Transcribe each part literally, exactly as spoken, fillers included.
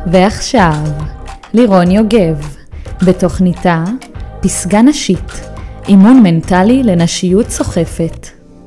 ועכשיו, לירון יוגב, בתוכניתה פסגה נשית, אימון מנטלי לנשיות סוחפת.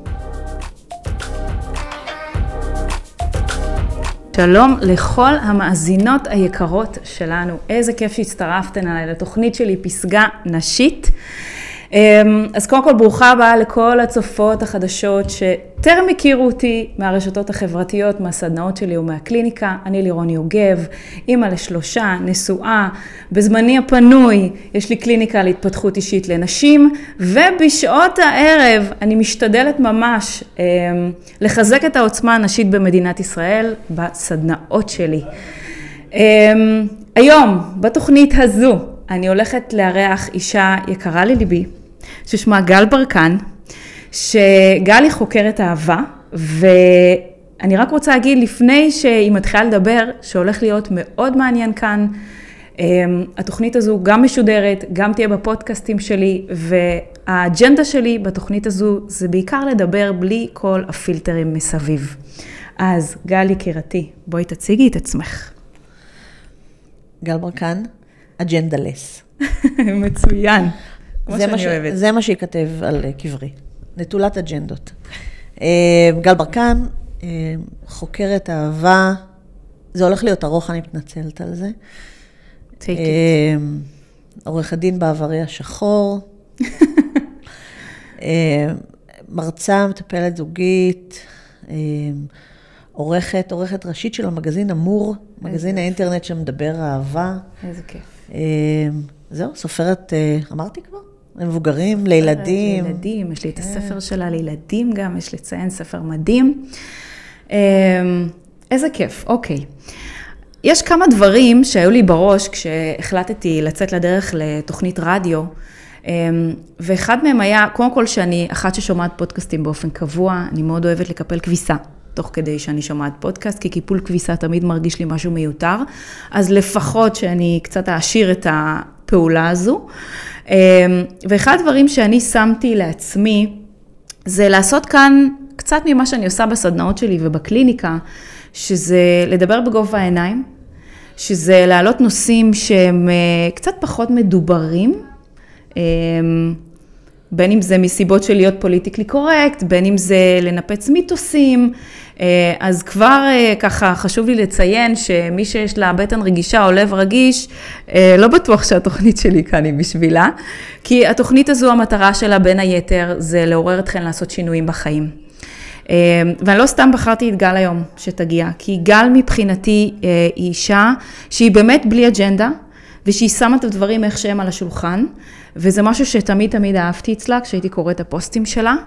שלום לכל המאזינות היקרות שלנו, איזה כיף שהצטרפתן עליי לתוכנית שלי פסגה נשית. אז קודם כל ברוכה הבאה לכל הצופות החדשות שטרם הכירו אותי מהרשתות החברתיות, מהסדנאות שלי ומהקליניקה. אני לירון יוגב, אימא לשלושה, נשואה, בזמני הפנוי יש לי קליניקה להתפתחות אישית לנשים, ובשעות הערב אני משתדלת ממש לחזק את העוצמה הנשית במדינת ישראל בסדנאות שלי. היום בתוכנית הזו אני הולכת לארח אישה יקרה לליבי, ששמה גל ברקן, שגל היא חוקרת אהבה, ואני רק רוצה להגיד לפני שהיא מתחילה לדבר, שהולך להיות מאוד מעניין כאן. התוכנית הזו גם משודרת, גם תהיה בפודקאסטים שלי, והאג'נדה שלי בתוכנית הזו זה בעיקר לדבר בלי כל הפילטרים מסביב. אז גל יקירתי, בואי תציגי את עצמך. גל ברקן, אג'נדלס. מצוין. כמו שאני ש... אוהבת. זה מה שיכתב על קברי. נטולת אג'נדות. גל ברקן, חוקרת אהבה. זה הולך להיות ארוך, אני מתנצלת על זה. take it. עורכת דין בעברי השחור. מרצה, מטפלת זוגית. עורכת, עורכת ראשית של המגזין אמור, מגזין האינטרנט שמדבר אהבה. איזה כיף. זהו, סופרת, אמרתי כבר? למבוגרים, לילדים. לילדים, יש לי את הספר שלה לילדים גם, יש לציין ספר מדהים. איזה כיף, אוקיי. יש כמה דברים שהיו לי בראש כשהחלטתי לצאת לדרך לתוכנית רדיו, ואחד מהם היה, קודם כל שאני אחת ששומעת פודקאסטים באופן קבוע, אני מאוד אוהבת לקפל כביסה. תוך כדי שאני שומעת פודקאסט, כי קיפול כביסה תמיד מרגיש לי משהו מיותר, אז לפחות שאני קצת אעשיר את הפעולה הזו. ואחד הדברים שאני שמתי לעצמי, זה לעשות כאן קצת ממה שאני עושה בסדנאות שלי ובקליניקה, שזה לדבר בגובה העיניים, שזה להעלות נושאים שהם קצת פחות מדוברים, בין אם זה מסיבות של להיות פוליטיקלי קורקט, בין אם זה לנפץ מיתוסים, אז כבר ככה חשוב לי לציין שמי שיש לה בטן רגישה או לב רגיש, לא בטוח שהתוכנית שלי כאן היא בשבילה, כי התוכנית הזו המטרה שלה בין היתר זה לעורר אתכן לעשות שינויים בחיים. ואני לא סתם בחרתי את גל היום שתגיע, כי גל מבחינתי היא אישה שהיא באמת בלי אג'נדה, ושהיא שמה את הדברים איך שהם על השולחן, וזה משהו שתמיד תמיד אהבתי אצלה, כשהייתי קוראת את הפוסטים שלה,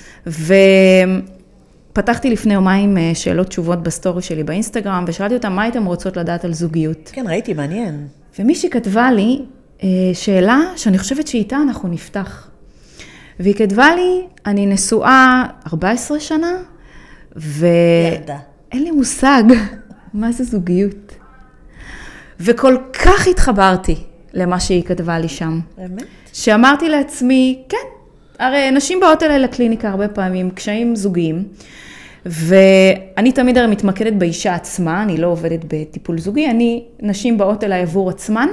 ופתחתי לפני יומיים שאלות תשובות בסטורי שלי באינסטגרם, ושאלתי אותה מה הייתם רוצות לדעת על זוגיות. כן, ראיתי, מעניין. ומישהי כתבה לי שאלה שאני חושבת שאיתה אנחנו נפתח. והיא כתבה לי, אני נשואה ארבע עשרה שנה, ואין לי מושג מה זה זוגיות. וכל כך התחברתי למה שהיא כתבה לי שם. באמת? שאמרתי לעצמי, כן, הרי נשים באות אליי לקליניקה הרבה פעמים, קשיים זוגיים, ואני תמיד הרי מתמקדת באישה עצמה, אני לא עובדת בטיפול זוגי, אני, נשים באות אליי עבור עצמן,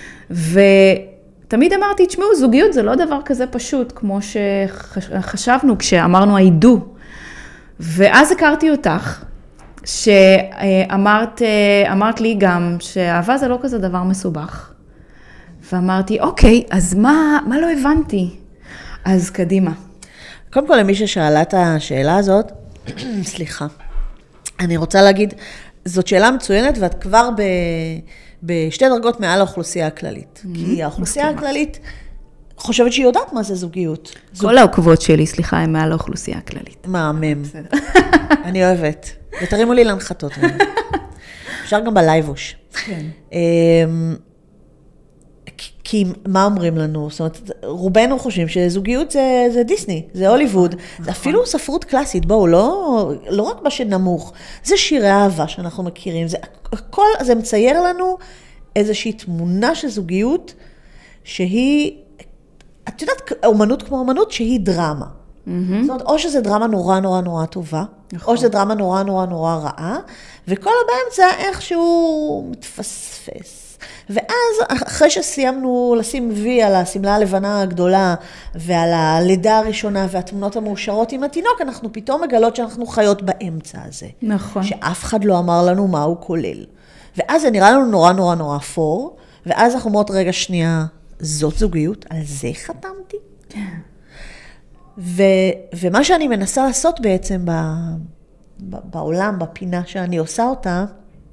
ותמיד אמרתי, תשמעו, זוגיות זה לא דבר כזה פשוט, כמו שחשבנו כשאמרנו הידו. ואז הכרתי אותך, שאמרת אמרת לי גם שאהבה זה לא כזה דבר מסובך. ואמרתי, אוקיי, אז מה, מה לא הבנתי? אז קדימה. קודם כל, למי ששאלה את השאלה הזאת, סליחה, אני רוצה להגיד, זאת שאלה מצוינת, ואת כבר ב, בשתי דרגות מעל האוכלוסייה הכללית. כי האוכלוסייה הכללית חושבת שהיא יודעת מה זה זוגיות. כל העוקבות שלי, סליחה, הם מעל האוכלוסייה הכללית. מהמם. אני אוהבת. ותרימו לי להנחתות. אפשר גם בלייבוש. כן. כי מה אומרים לנו? זאת אומרת, רובנו חושבים שזוגיות זה, זה דיסני, זה הוליווד. זה אפילו ספרות קלאסית, בואו, לא, לא רק מה שנמוך. זה שירי אהבה שאנחנו מכירים. זה, הכל, זה מצייר לנו איזושהי תמונה של זוגיות, שהיא, את יודעת, אומנות כמו אומנות, שהיא דרמה. זאת אומרת, או שזה דרמה נורא נורא נורא טובה, או שזה דרמה נורא נורא נורא רעה, וכל הבאמצע איכשהו מתפספס. ואז אחרי שסיימנו לשים וי על הסמלה הלבנה הגדולה, ועל הלידה הראשונה והתמונות המאושרות עם התינוק, אנחנו פתאום מגלות שאנחנו חיות באמצע הזה. נכון. שאף אחד לא אמר לנו מה הוא כולל. ואז זה נראה לנו נורא נורא נורא אפור, ואז אנחנו אומרות, רגע שנייה, זאת זוגיות, על זה חתמתי? ו, ומה שאני מנסה לעשות בעצם ב, ב, בעולם, בפינה שאני עושה אותה,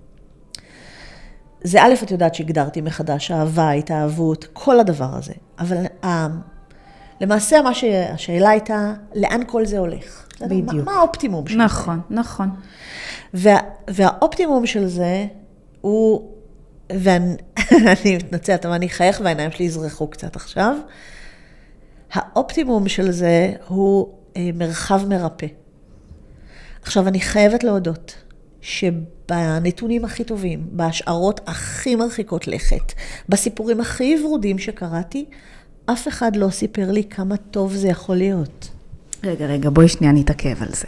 זה א', את יודעת שהגדרתי מחדש, אהבה, התאהבות, כל הדבר הזה. אבל ה, למעשה מה שהשאלה הייתה, לאן כל זה הולך? בדיוק. מה, מה האופטימום של נכון, זה? נכון, נכון. וה, והאופטימום של זה הוא, ואני מתנצלת, אבל אני חייך והעיניים שלי יזרחו קצת עכשיו, האופטימום של זה הוא אה, מרחב מרפא. עכשיו, אני חייבת להודות שבנתונים הכי טובים, בהשערות הכי מרחיקות לכת, בסיפורים הכי ורודים שקראתי, אף אחד לא סיפר לי כמה טוב זה יכול להיות. רגע, רגע, בואי שנייה נתעכב על זה.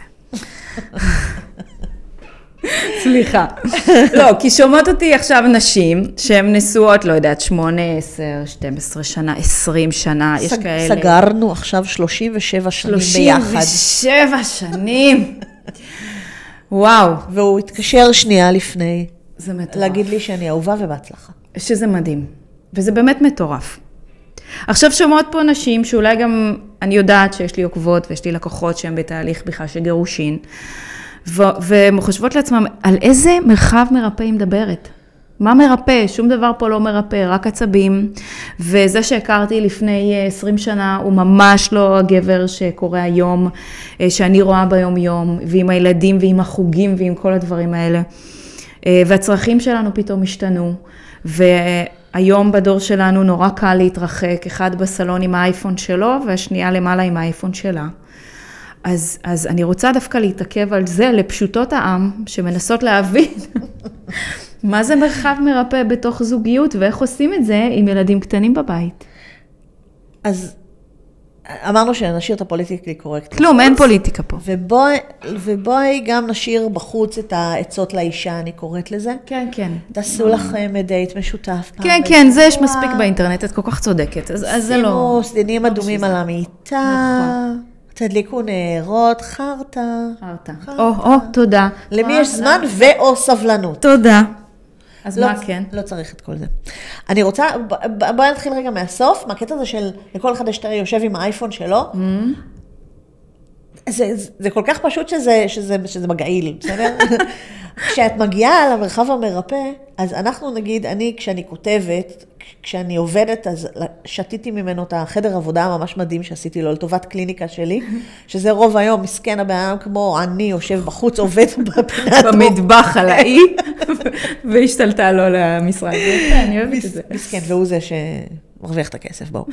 סליחה. לא, כי שומעות אותי עכשיו נשים שהן נשואות, לא יודעת, שמונה, עשר, שתים עשרה שנה, עשרים שנה, יש כאלה. סגרנו עכשיו שלושים ושבע שנים ביחד. שלושים ושבע שנים. וואו. והוא התקשר שנייה לפני. זה מטורף. להגיד לי שאני אהובה ובהצלחה. שזה מדהים. וזה באמת מטורף. עכשיו שומעות פה נשים שאולי גם, אני יודעת שיש לי עוקבות ויש לי לקוחות שהן בתהליך בכלל של גירושין. והן חושבות לעצמם, על איזה מרחב מרפא היא מדברת? מה מרפא? שום דבר פה לא מרפא, רק עצבים. וזה שהכרתי לפני עשרים שנה, הוא ממש לא הגבר שקורה היום, שאני רואה ביום יום, ועם הילדים ועם החוגים ועם כל הדברים האלה. והצרכים שלנו פתאום השתנו. והיום בדור שלנו נורא קל להתרחק, אחד בסלון עם האייפון שלו, והשנייה למעלה עם האייפון שלה. אז, אז אני רוצה דווקא להתעכב על זה לפשוטות העם, שמנסות להבין מה זה מרחב מרפא בתוך זוגיות, ואיך עושים את זה עם ילדים קטנים בבית. אז אמרנו שנשאיר את הפוליטיקלי קורקט. כלום, אין פוליטיקה פה. ובואי, ובואי גם נשאיר בחוץ את העצות לאישה, אני קוראת לזה. כן, כן. תעשו לכם דייט משותף. כן, כן, זה יש מספיק באינטרנט, את כל כך צודקת, אז, אז זה לא... שימו סדינים אדומים על המיטה. נכון. תדליקו נערות, חרטה. חרטה. או, או, תודה. למי יש זמן ואו סבלנות. תודה. אז מה כן? לא צריך את כל זה. אני רוצה, בואי נתחיל רגע מהסוף, מהקטע הזה של לכל אחד אשתרי יושב עם האייפון שלו. זה כל כך פשוט שזה מגעיל, בסדר? כשאת מגיעה למרחב המרפא, אז אנחנו נגיד, אני כשאני כותבת, כשאני עובדת, אז שתיתי ממנו את החדר עבודה ממש מדהים שעשיתי לו לטובת קליניקה שלי, שזה רוב היום, מסכן הבן כמו אני יושב בחוץ, עובד בפינת. במטבח על האי, והשתלטה לו למשרד. אני אוהבת את זה. מסכן, והוא זה שמרוויח את הכסף, בואו.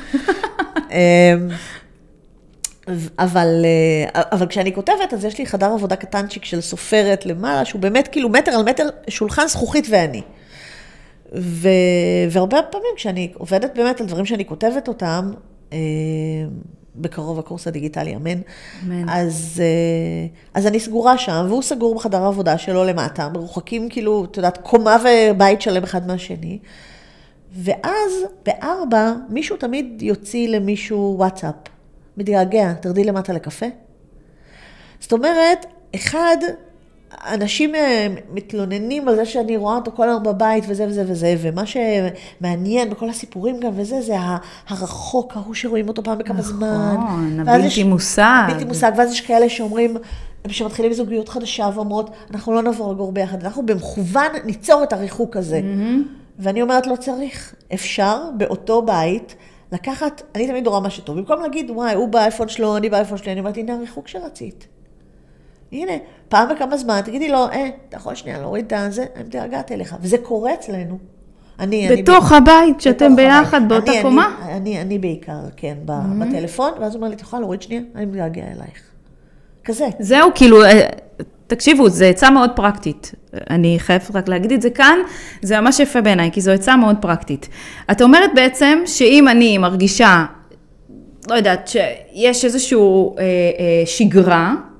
אבל, אבל כשאני כותבת, אז יש לי חדר עבודה קטנצ'יק של סופרת למעלה, שהוא באמת כאילו מטר על מטר, שולחן זכוכית ואני. ו, והרבה פעמים כשאני עובדת באמת על דברים שאני כותבת אותם, בקרוב הקורס הדיגיטלי, אמן. אמן. אז, אז אני סגורה שם, והוא סגור בחדר העבודה שלו למטה, מרוחקים כאילו, את יודעת, קומה ובית שלם אחד מהשני. ואז בארבע, מישהו תמיד יוציא למישהו וואטסאפ. מתגעגע, תרדי למטה לקפה. זאת אומרת, אחד, אנשים מתלוננים על זה שאני רואה אותו כל היום בבית וזה וזה וזה, ומה שמעניין בכל הסיפורים גם וזה, זה הרחוק, ההוא שרואים אותו פעם בכמה זמן. נכון, הבלתי מושג. בלתי מושג, ואז יש כאלה שאומרים, שמתחילים זוגיות חדשה ואומרות, אנחנו לא נעבור לגור ביחד, אנחנו במכוון ניצור את הריחוק הזה. ואני אומרת, לא צריך, אפשר באותו בית, לקחת, אני תמיד רואה מה שטוב, במקום להגיד, וואי, הוא באייפון שלו, אני באייפון שלי, אני אומרת, הנה הריחוק שרצית. הנה, פעם בכמה זמן, תגידי לו, אה, אתה יכול שנייה להוריד את זה, אני מתרגעת אליך, וזה קורה אצלנו. אני, בתוך אני, הבית, שאתם ביחד באותה אני, קומה? אני, אני, אני בעיקר, כן, mm-hmm. בטלפון, ואז הוא אומר לי, תוכל להוריד שנייה, אני מתרגע אלייך. כזה. זהו, כאילו, תקשיבו, זו עצה מאוד פרקטית. אני חייבת רק להגיד את זה כאן, זה ממש יפה בעיניי, כי זו עצה מאוד פרקטית. את אומרת בעצם שאם אני מרגישה, לא יודעת, שיש איזושהי אה, אה, שגרה,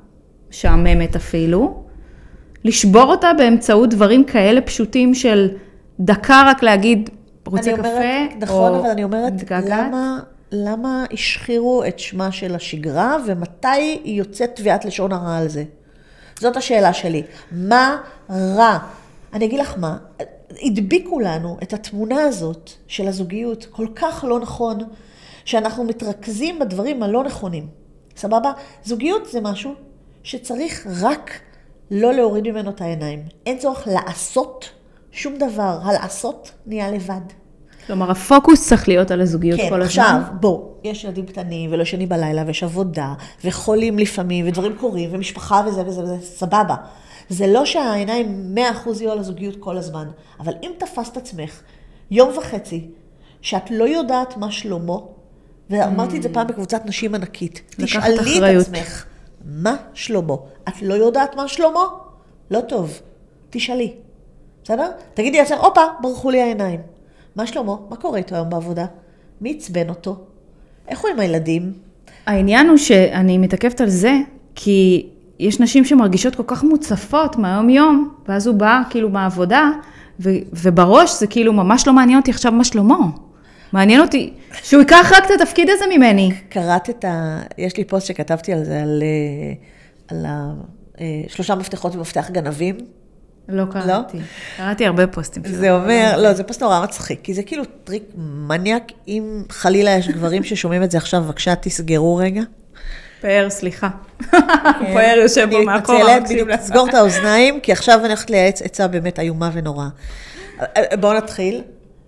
שעממת אפילו, לשבור אותה באמצעות דברים כאלה פשוטים של דקה רק להגיד, רוצה קפה, אומרת, נכון, או אבל אני אומרת, מתגעגעת? למה, למה השחירו את שמה של השגרה, ומתי היא יוצאת תביעת לשון הרע על זה? זאת השאלה שלי. מה רע? אני אגיד לך מה, הדביקו לנו את התמונה הזאת של הזוגיות כל כך לא נכון, שאנחנו מתרכזים בדברים הלא נכונים. סבבה? זוגיות זה משהו שצריך רק לא להוריד ממנו את העיניים. אין צורך לעשות שום דבר. הלעשות נהיה לבד. כלומר, הפוקוס צריך להיות על הזוגיות כן, כל הזמן. עכשיו, בוא, יש ילדים קטנים ולא ישנים בלילה ויש עבודה וחולים לפעמים ודברים קורים ומשפחה וזה וזה וזה, סבבה. זה לא שהעיניים מאה אחוז יהיו על הזוגיות כל הזמן, אבל אם תפסת עצמך יום וחצי שאת לא יודעת מה שלמה, ואמרתי את זה פעם בקבוצת נשים ענקית, תשאלי את עצמך, מה שלמה? את לא יודעת מה שלמה? לא טוב, תשאלי. בסדר? תגידי לעצמך, אופה, ברחו לי העיניים. מה שלמה? מה קורה איתו היום בעבודה? מי עצבן אותו? איך הוא עם הילדים? העניין הוא שאני מתעכבת על זה, כי יש נשים שמרגישות כל כך מוצפות מהיום יום, ואז הוא בא כאילו מהעבודה, ו- ובראש זה כאילו ממש לא מעניין אותי עכשיו מה שלמה. מעניין אותי שהוא ייקח רק את התפקיד הזה ממני. קראת את ה... יש לי פוסט שכתבתי על זה, על, על ה... שלושה מפתחות ומפתח גנבים. לא קראתי. לא? קראתי הרבה פוסטים. זה אומר, לא, זה פוסט נורא מצחיק, כי זה כאילו טריק מניאק, אם חלילה יש גברים ששומעים את זה עכשיו, בבקשה, תסגרו רגע. פאר, סליחה. פאר יושב פה מאחורה. אני מתנצלת, תסגור את האוזניים, כי עכשיו אני הולכת לייעץ עצה באמת איומה ונורא. בואו נתחיל.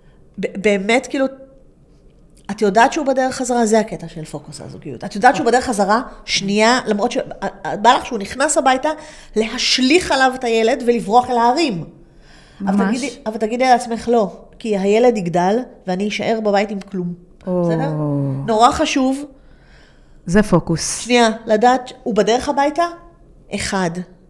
באמת, כאילו, את יודעת שהוא בדרך חזרה, זה הקטע של פוקוס הזוגיות. את יודעת שהוא בדרך חזרה, שנייה, למרות שבא לך שהוא נכנס הביתה, להשליך עליו את הילד ולברוח אל ההרים. ממש. אבל תגידי, אבל תגידי לעצמך לא, כי הילד יגדל, ואני אשאר בבית עם כלום. בסדר? נורא חשוב. זה פוקוס. שנייה, לדעת, הוא בדרך הביתה? אחד.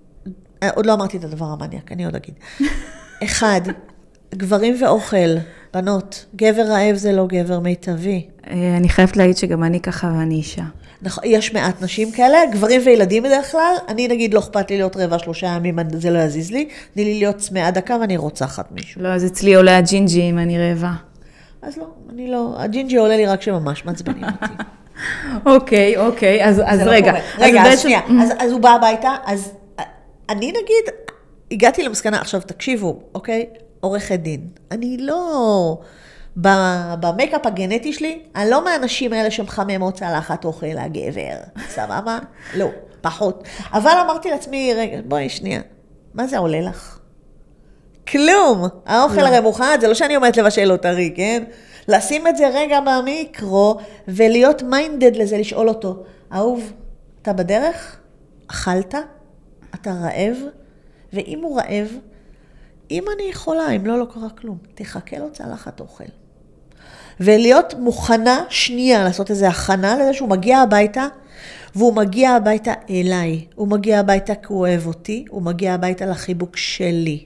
עוד לא אמרתי את הדבר המניאק, אני עוד אגיד. אחד, גברים ואוכל. בנות, גבר רעב זה לא גבר מיטבי. אני חייבת להעיד שגם אני ככה ואני אישה. נכון, יש מעט נשים כאלה, גברים וילדים בדרך כלל, אני נגיד לא אכפת לי להיות רבע שלושה ימים, זה לא יזיז לי, תני לי להיות צמאה דקה ואני רוצחת מישהו. לא, אז אצלי עולה הג'ינג'י אם אני רעבה. אז לא, אני לא, הג'ינג'י עולה לי רק שממש מעצבנים אותי. אוקיי, אוקיי, אז רגע. רגע, אז שנייה, אז הוא בא הביתה, אז אני נגיד, הגעתי למסקנה, עכשיו תקשיבו, אוקיי? עורכת דין. אני לא, במייקאפ הגנטי שלי, אני לא מהאנשים האלה שמחממות צלחת אוכל הגבר. סבבה? לא, פחות. אבל אמרתי לעצמי, רגע, בואי שנייה, מה זה עולה לך? כלום. האוכל הרי מוכן, זה לא שאני אומרת לבשל אותה רי, כן? לשים את זה רגע במיקרו, ולהיות מיינדד לזה, לשאול אותו, אהוב, אתה בדרך? אכלת? אתה רעב? ואם הוא רעב, אם אני יכולה, אם לא, לא קרה כלום, תחכה לו צלחת אוכל. ולהיות מוכנה שנייה, לעשות איזו הכנה לזה שהוא מגיע הביתה, והוא מגיע הביתה אליי. הוא מגיע הביתה כי הוא אוהב אותי, הוא מגיע הביתה לחיבוק שלי.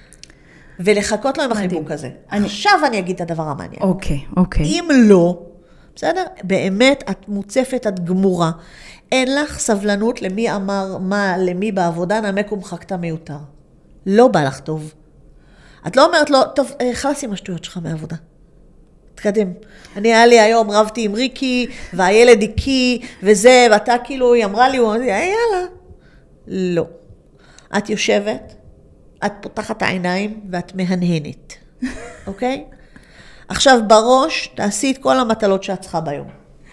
ולחכות לו עם החיבוק הזה. אני... עכשיו אני אגיד את הדבר המעניין. אוקיי, אוקיי. אם לא, בסדר? באמת את מוצפת, את גמורה. אין לך סבלנות למי אמר מה, למי בעבודה, נעמק ומחקת מיותר. לא בא לך טוב. את לא אומרת לו, טוב, חלס עם השטויות שלך מהעבודה. תקדם. אני היה לי היום, רבתי עם ריקי, והילד איקי, וזה, ואתה כאילו, היא אמרה לי, הוא אמר לי, יאללה. לא. את יושבת, את פותחת העיניים, ואת מהנהנת. אוקיי? עכשיו, בראש, תעשי את כל המטלות שאת צריכה ביום.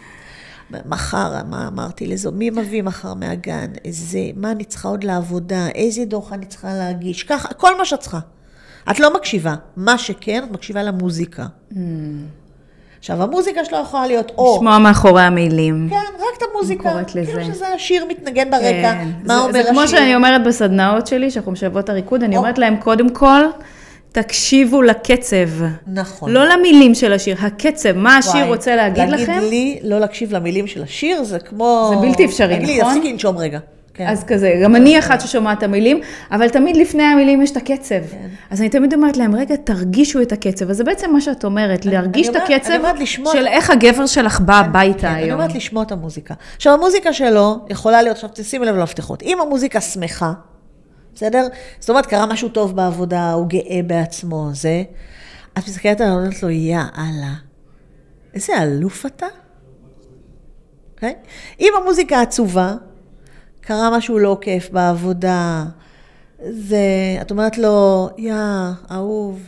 מחר, מה אמרתי לזו, מי מביא מחר מהגן, איזה, מה אני צריכה עוד לעבודה, איזה דוח אני צריכה להגיש, ככה, כל מה שאת צריכה. את לא מקשיבה, מה שכן, את מקשיבה למוזיקה. Mm. עכשיו, המוזיקה שלו יכולה להיות או... לשמוע מאחורי המילים. כן, רק את המוזיקה. קוראת לזה. כאילו שזה השיר מתנגן ברקע, כן. מה זה, אומר זה השיר. זה כמו שאני אומרת בסדנאות שלי, שאנחנו משלבות הריקוד, אני או. אומרת להם קודם כל, תקשיבו לקצב. נכון. לא למילים של השיר, הקצב, מה השיר וואי, רוצה להגיד להגיד לכם? להגיד לי, לא להקשיב למילים של השיר, זה כמו... זה בלתי אפשרי, נכון? להגיד לי, תפסיקי לנשום רגע. כן. אז כזה, גם אני אחת ששומעת את המילים, אבל תמיד לפני המילים יש את הקצב. כן. אז אני תמיד אומרת להם, רגע, תרגישו את הקצב. אז זה בעצם מה שאת אומרת, להרגיש את הקצב של איך הגבר שלך בא הביתה היום. אני אומרת לשמוע את המוזיקה. עכשיו, המוזיקה שלו יכולה להיות, עכשיו תשימי לב למפתחות. אם המוזיקה שמחה, בסדר? זאת אומרת, קרה משהו טוב בעבודה, הוא גאה בעצמו, זה. את מסתכלת עליו, אומרת לו, יא אללה, איזה אלוף אתה? Okay? אם המוזיקה עצובה, קרה משהו לא כיף בעבודה, זה, את אומרת לו, יא, אהוב.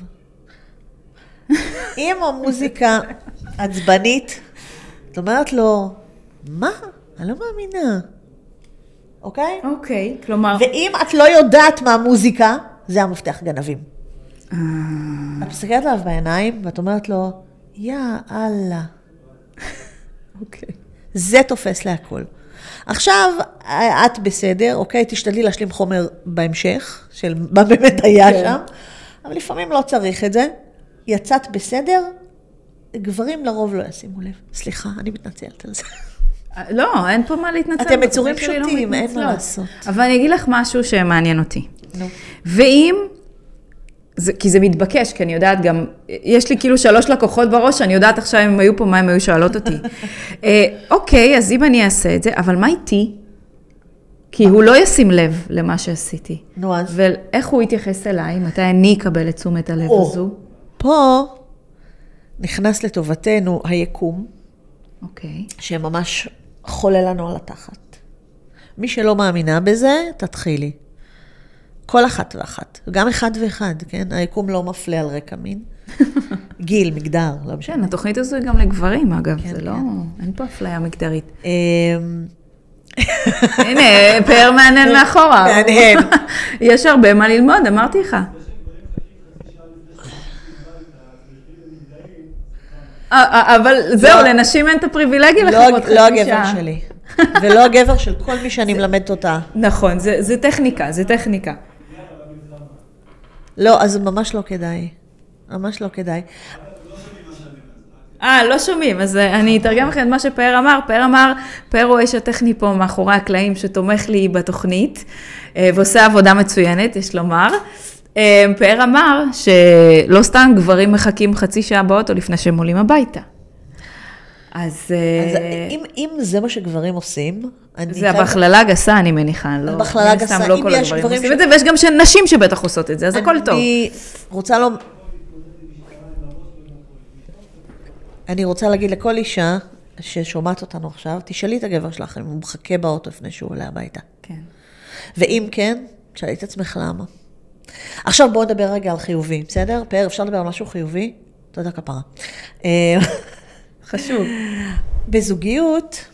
אם המוזיקה עצבנית, את אומרת לו, מה? אני לא מאמינה. אוקיי? Okay? אוקיי, okay, כלומר... ואם את לא יודעת מה המוזיקה, זה המפתח גנבים. Uh... את מסתכלת עליו בעיניים, ואת אומרת לו, יא, אללה. אוקיי. Okay. זה תופס להכל. עכשיו, את בסדר, אוקיי, תשתדלי להשלים חומר בהמשך, של מה באמת היה okay. שם, אבל לפעמים לא צריך את זה. יצאת בסדר, גברים לרוב לא ישימו לב. סליחה, אני מתנצלת על זה. לא, אין פה מה להתנצל. אתם מצורים פשוטים, אין מה לעשות. אבל אני אגיד לך משהו שמעניין אותי. נו. ואם, כי זה מתבקש, כי אני יודעת גם, יש לי כאילו שלוש לקוחות בראש, אני יודעת עכשיו אם הם היו פה, מה הם היו שואלות אותי. אוקיי, אז אם אני אעשה את זה, אבל מה איתי? כי הוא לא ישים לב למה שעשיתי. נו אז. ואיך הוא יתייחס אליי, מתי אני אקבל את תשומת הלב הזו? פה נכנס לטובתנו היקום, אוקיי. שממש חולה לנו על התחת. מי שלא מאמינה בזה, תתחילי. כל אחת ואחת. גם אחד ואחד, כן? היקום לא מפלה על רקע מין. גיל, מגדר, לא משנה. כן, התוכנית הזו היא גם לגברים, אגב. זה לא, אין פה אפליה מגדרית. הנה, פאר מעניין מאחורה. מעניין. יש הרבה מה ללמוד, אמרתי לך. אבל זהו, לנשים אין את הפריבילגיה לחכות חצי שעה. לא הגבר שלי. ולא הגבר של כל מי שאני מלמדת אותה. נכון, זה טכניקה, זה טכניקה. לא, אז ממש לא כדאי. ממש לא כדאי. אה, לא שומעים, אז אני אתרגם לכם את מה שפאר אמר. פאר אמר, פאר הוא האיש הטכני פה מאחורי הקלעים שתומך לי בתוכנית, ועושה עבודה מצוינת, יש לומר. פאר אמר שלא סתם גברים מחכים חצי שעה באוטו לפני שהם עולים הביתה. אז... אז אם, אם זה מה שגברים עושים... זה בהכללה גסה, אני מניחה. לא, בהכללה גסה, לא אם כל יש הגברים גברים... עושים את זה, ויש גם נשים שבטח עושות את זה, אז הכל טוב. אני רוצה לא... אני רוצה להגיד לכל אישה ששומעת אותנו עכשיו, תשאלי את הגבר שלך אם הוא מחכה באוטו לפני שהוא עולה הביתה. כן. ואם כן, תשאלי את עצמך למה. עכשיו בואו נדבר רגע על חיובי, בסדר? פאר, אפשר לדבר על משהו חיובי? תודה כפרה. חשוב. בזוגיות,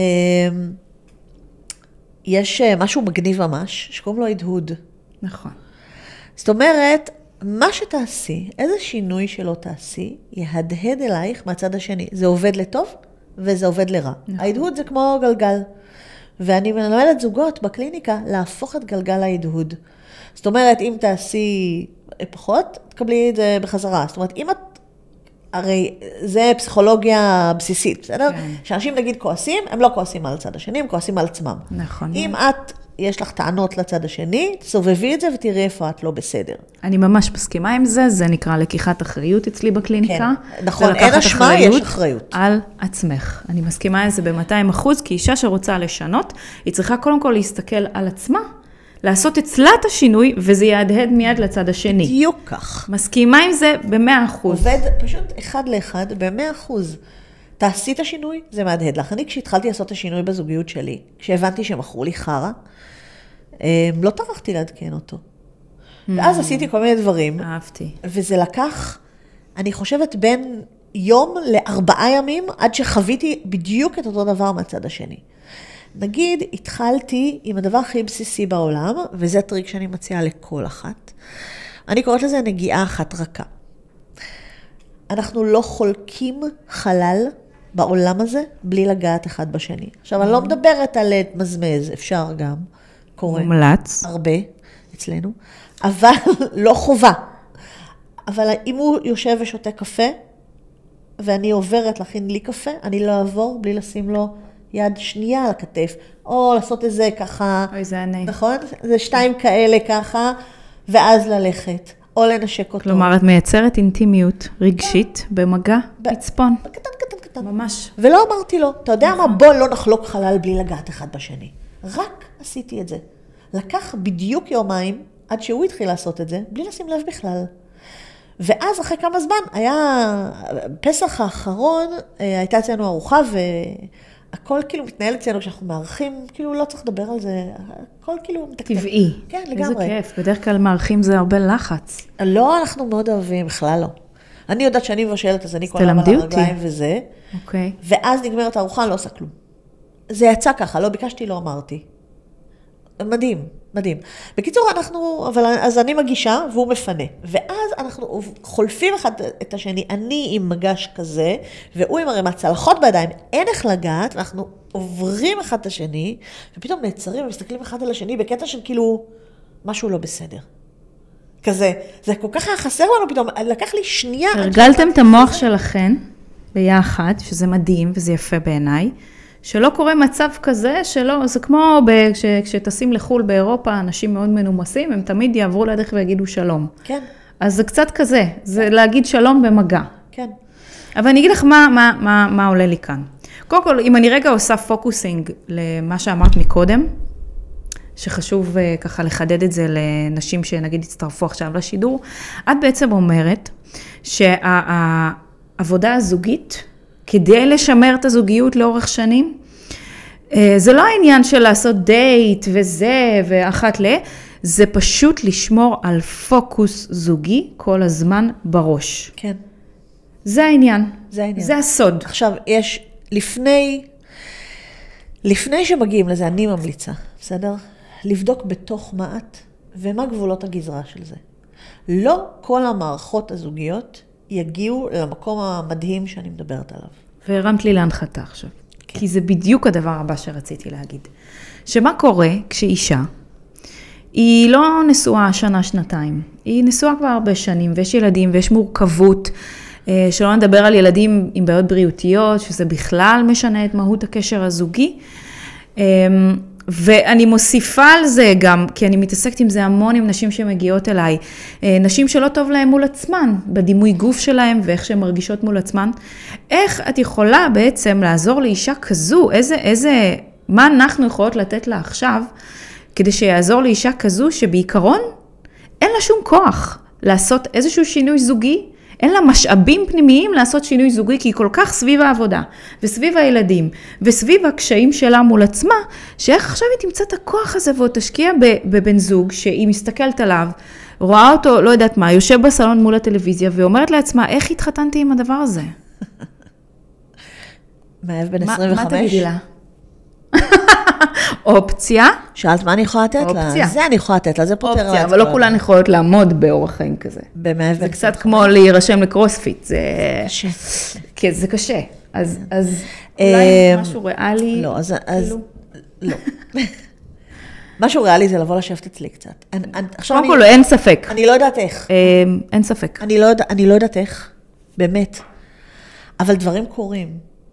יש משהו מגניב ממש, שקוראים לו הדהוד. נכון. זאת אומרת, מה שתעשי, איזה שינוי שלא תעשי, יהדהד אלייך מהצד השני. זה עובד לטוב וזה עובד לרע. נכון. ההדהוד זה כמו גלגל. ואני מנהלת זוגות בקליניקה להפוך את גלגל ההדהוד. זאת אומרת, אם תעשי פחות, תקבלי את זה בחזרה. זאת אומרת, אם את... הרי זה פסיכולוגיה בסיסית, בסדר? כן. שאנשים נגיד כועסים, הם לא כועסים על הצד השני, הם כועסים על עצמם. נכון. אם את, יש לך טענות לצד השני, תסובבי את זה ותראי איפה את לא בסדר. אני ממש מסכימה עם זה, זה נקרא לקיחת אחריות אצלי בקליניקה. כן, נכון, אין אשמה, יש אחריות. על עצמך. אני מסכימה עם זה ב-מאתיים אחוז, כי אישה שרוצה לשנות, היא צריכה קודם כל להסתכל על עצמה, לעשות אצלה את השינוי, וזה יהדהד מיד לצד השני. בדיוק כך. מסכימה עם זה ב-מאה אחוז. עובד פשוט אחד לאחד ב-מאה אחוז. תעשי את השינוי, זה מהדהד לך. אני כשהתחלתי לעשות את השינוי בזוגיות שלי, כשהבנתי שהם מכרו לי חרה, לא טרחתי לעדכן אותו. ואז עשיתי כל מיני דברים. אהבתי. וזה לקח, אני חושבת, בין יום לארבעה ימים, עד שחוויתי בדיוק את אותו דבר מהצד השני. נגיד, התחלתי עם הדבר הכי בסיסי בעולם, וזה טריק שאני מציעה לכל אחת. אני קוראת לזה נגיעה אחת רכה. אנחנו לא חולקים חלל בעולם הזה, בלי לגעת אחד בשני. עכשיו, אני לא מדברת על מזמז, אפשר גם, קורה. מומלץ. הרבה, אצלנו, אבל לא חובה. אבל אם הוא יושב ושותה קפה, ואני עוברת להכין לי קפה, אני לא אעבור בלי לשים לו יד שנייה על הכתף, או לעשות איזה ככה, אוי, זה אני. נכון? זה שתיים כאלה ככה, ואז ללכת, או לנשק אותו. כלומר, את מייצרת אינטימיות רגשית במגע פצפון. קטן, קטן, קטן. ממש. ולא אמרתי לו, אתה יודע מה? בוא לא נחלוק חלל בלי לגעת אחד בשני. רק עשיתי את זה. לקח בדיוק יומיים, עד שהוא התחיל לעשות את זה, בלי לשים לב בכלל. ואז אחרי כמה זמן, היה פסח האחרון, הייתה אצלנו ארוחה, והכל כאילו מתנהל אצלנו כשאנחנו מארחים, כאילו לא צריך לדבר על זה, הכל כאילו מתקתק. טבעי. כן, לגמרי. איזה כיף, בדרך כלל מארחים זה הרבה לחץ. לא, אנחנו מאוד אוהבים, בכלל לא. אני יודעת שאני מבשלת, אז אני כל הזמן על הרגליים וזה. אוקיי. ואז נגמרת הארוחה, אני לא עושה כלום. זה יצא ככה, לא ביקשתי, לא אמרתי. מדהים, מדהים. בקיצור, אנחנו, אבל אז אני מגישה והוא מפנה. ואז אנחנו חולפים אחד את השני, אני עם מגש כזה, והוא עם הרמת צלחות בידיים, אין איך לגעת, ואנחנו עוברים אחד את השני, ופתאום נעצרים ומסתכלים אחד על השני, בקטע של כאילו, משהו לא בסדר. כזה, זה כל כך היה חסר לנו פתאום, לקח לי שנייה. הרגלתם את המוח שלכם ביחד, שזה מדהים וזה יפה בעיניי, שלא קורה מצב כזה, שלא, זה כמו ב, כש, כשטסים לחול באירופה, אנשים מאוד מנומסים, הם תמיד יעברו לידך ויגידו שלום. כן. אז זה קצת כזה, זה להגיד שלום במגע. כן. אבל אני אגיד לך מה, מה, מה, מה עולה לי כאן. קודם כל, אם אני רגע עושה פוקוסינג למה שאמרת מקודם, שחשוב ככה לחדד את זה לנשים שנגיד הצטרפו עכשיו לשידור, את בעצם אומרת שהעבודה הזוגית, כדי לשמר את הזוגיות לאורך שנים, זה לא העניין של לעשות דייט וזה ואחת ל, זה פשוט לשמור על פוקוס זוגי כל הזמן בראש. כן. זה העניין. זה העניין. זה הסוד. עכשיו, יש לפני, לפני שמגיעים לזה, אני ממליצה, בסדר? לבדוק בתוך מעט, ומה גבולות הגזרה של זה. לא כל המערכות הזוגיות יגיעו למקום המדהים שאני מדברת עליו. והרמת לי להנחתה עכשיו. כן. כי זה בדיוק הדבר הבא שרציתי להגיד. שמה קורה כשאישה, היא לא נשואה שנה, שנתיים. היא נשואה כבר הרבה שנים, ויש ילדים, ויש מורכבות, שלא נדבר על ילדים עם בעיות בריאותיות, שזה בכלל משנה את מהות הקשר הזוגי. ואני מוסיפה על זה גם, כי אני מתעסקת עם זה המון עם נשים שמגיעות אליי, נשים שלא טוב להן מול עצמן, בדימוי גוף שלהן ואיך שהן מרגישות מול עצמן. איך את יכולה בעצם לעזור לאישה כזו, איזה, איזה, מה אנחנו יכולות לתת לה עכשיו, כדי שיעזור לאישה כזו שבעיקרון אין לה שום כוח לעשות איזשהו שינוי זוגי, אין לה משאבים פנימיים לעשות שינוי זוגי, כי היא כל כך סביב העבודה, וסביב הילדים, וסביב הקשיים שלה מול עצמה, שאיך עכשיו היא תמצא את הכוח הזה, ועוד תשקיע בבן זוג, שהיא מסתכלת עליו, רואה אותו, לא יודעת מה, יושב בסלון מול הטלוויזיה, ואומרת לעצמה, איך התחתנתי עם הדבר הזה? מאהב בן עשרים וחמש? מה תגידי לה? אופציה. שאלת מה אני יכולה לתת לה? אופציה. זה אני יכולה לתת לה, זה פותר. אופציה, אבל לא כולן יכולות לעמוד באורח חיים כזה. במאהב זה קצת כמו להירשם לקרוספיט, זה קשה. כן, זה קשה. אז אז אולי משהו ריאלי. לא, אז לא. משהו ריאלי זה לבוא לשבת אצלי קצת. קודם כל, אין ספק. אני לא יודעת איך. אין ספק. אני לא יודעת איך, באמת. אבל דברים קורים.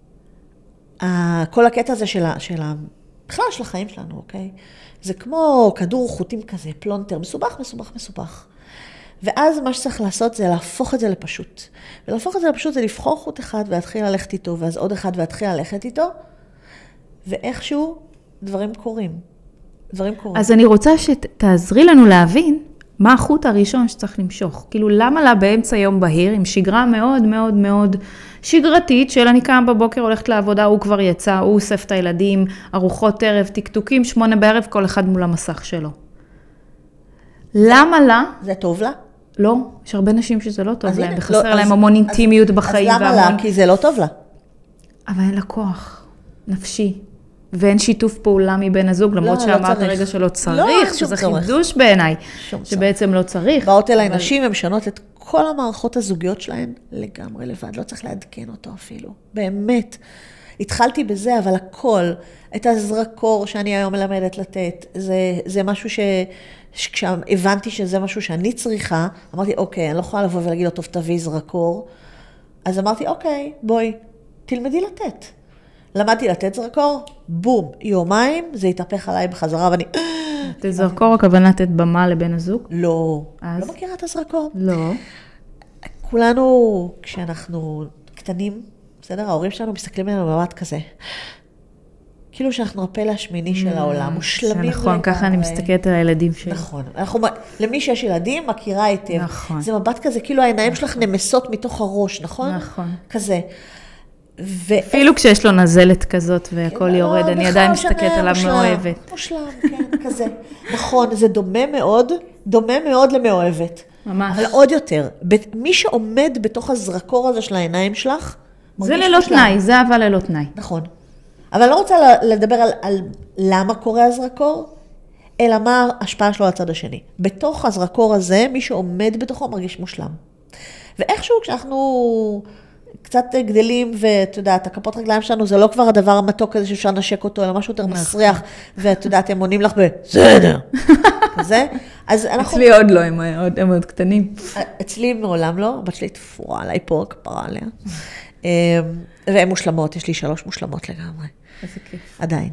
כל הקטע הזה של ה... בכלל של החיים שלנו, אוקיי? זה כמו כדור חוטים כזה, פלונטר, מסובך, מסובך, מסובך. ואז מה שצריך לעשות זה להפוך את זה לפשוט. ולהפוך את זה לפשוט זה לבחור חוט אחד ולהתחיל ללכת איתו, ואז עוד אחד ולהתחיל ללכת איתו, ואיכשהו דברים קורים. דברים קורים. אז אני רוצה שתעזרי לנו להבין מה החוט הראשון שצריך למשוך. כאילו, למה לה באמצע יום בהיר, עם שגרה מאוד מאוד מאוד שגרתית, של אני קם בבוקר, הולכת לעבודה, הוא כבר יצא, הוא אוסף את הילדים, ארוחות ערב, טקטוקים, שמונה בערב, כל אחד מול המסך שלו. למה לה? זה טוב לה? לא, יש הרבה נשים שזה לא טוב להם, וחסר לא, להם אז, המון אינטימיות אז, בחיים. אז למה והמון... לה? כי זה לא טוב לה. אבל אין לה כוח נפשי. ואין שיתוף פעולה מבין הזוג, למרות לא, שאמרת לא הרגע שלא צריך, לא, שזה צורך. חידוש בעיניי, שבעצם צורך. לא צריך. באות אליי אבל... נשים, הן משנות את כל המערכות הזוגיות שלהן לגמרי לבד, לא צריך לעדכן אותו אפילו, באמת. התחלתי בזה, אבל הכל, את הזרקור שאני היום מלמדת לתת, זה, זה משהו ש... כשהבנתי שזה משהו שאני צריכה, אמרתי, אוקיי, אני לא יכולה לבוא ולהגיד לו, טוב, תביא זרקור. אז אמרתי, אוקיי, בואי, תלמדי לתת. למדתי לתת זרקור, בום, יומיים, זה התהפך עליי בחזרה, ואני... לתת זרקור, הכוונה לתת במה לבן הזוג? לא, לא מכירה את הזרקור. לא. כולנו, כשאנחנו קטנים, בסדר? ההורים שלנו מסתכלים עלינו במבט כזה. כאילו שאנחנו הפלא השמיני של העולם, מושלמים. נכון, ככה אני מסתכלת על הילדים שלי. נכון. למי שיש ילדים, מכירה היטב. נכון. זה מבט כזה, כאילו העיניים שלך נמסות מתוך הראש, נכון? נכון. כזה. אפילו כשיש לו נזלת כזאת והכל יורד, אני עדיין מסתכלת עליו מאוהבת. מושלם, כן, כזה. נכון, זה דומה מאוד, דומה מאוד למאוהבת. ממש. אבל עוד יותר, מי שעומד בתוך הזרקור הזה של העיניים שלך, זה ללא תנאי, זה אהבה ללא תנאי. נכון. אבל לא רוצה לדבר על, על למה קורה הזרקור, אלא מה ההשפעה שלו לצד השני. בתוך הזרקור הזה, מי שעומד בתוכו מרגיש מושלם. ואיכשהו כשאנחנו קצת גדלים, ואתה יודעת, הכפות רגליים שלנו, זה לא כבר הדבר המתוק הזה שאפשר לנשק אותו, אלא משהו יותר מסריח, ואתה יודעת, הם עונים לך בסדר. כזה. אז אנחנו... אצלי עוד לא, הם עוד, הם עוד קטנים. אצלי מעולם לא, הבת שלי תפורה עליי פה, כפרה עליה. והן מושלמות, יש לי שלוש מושלמות לגמרי. איזה כיף. עדיין.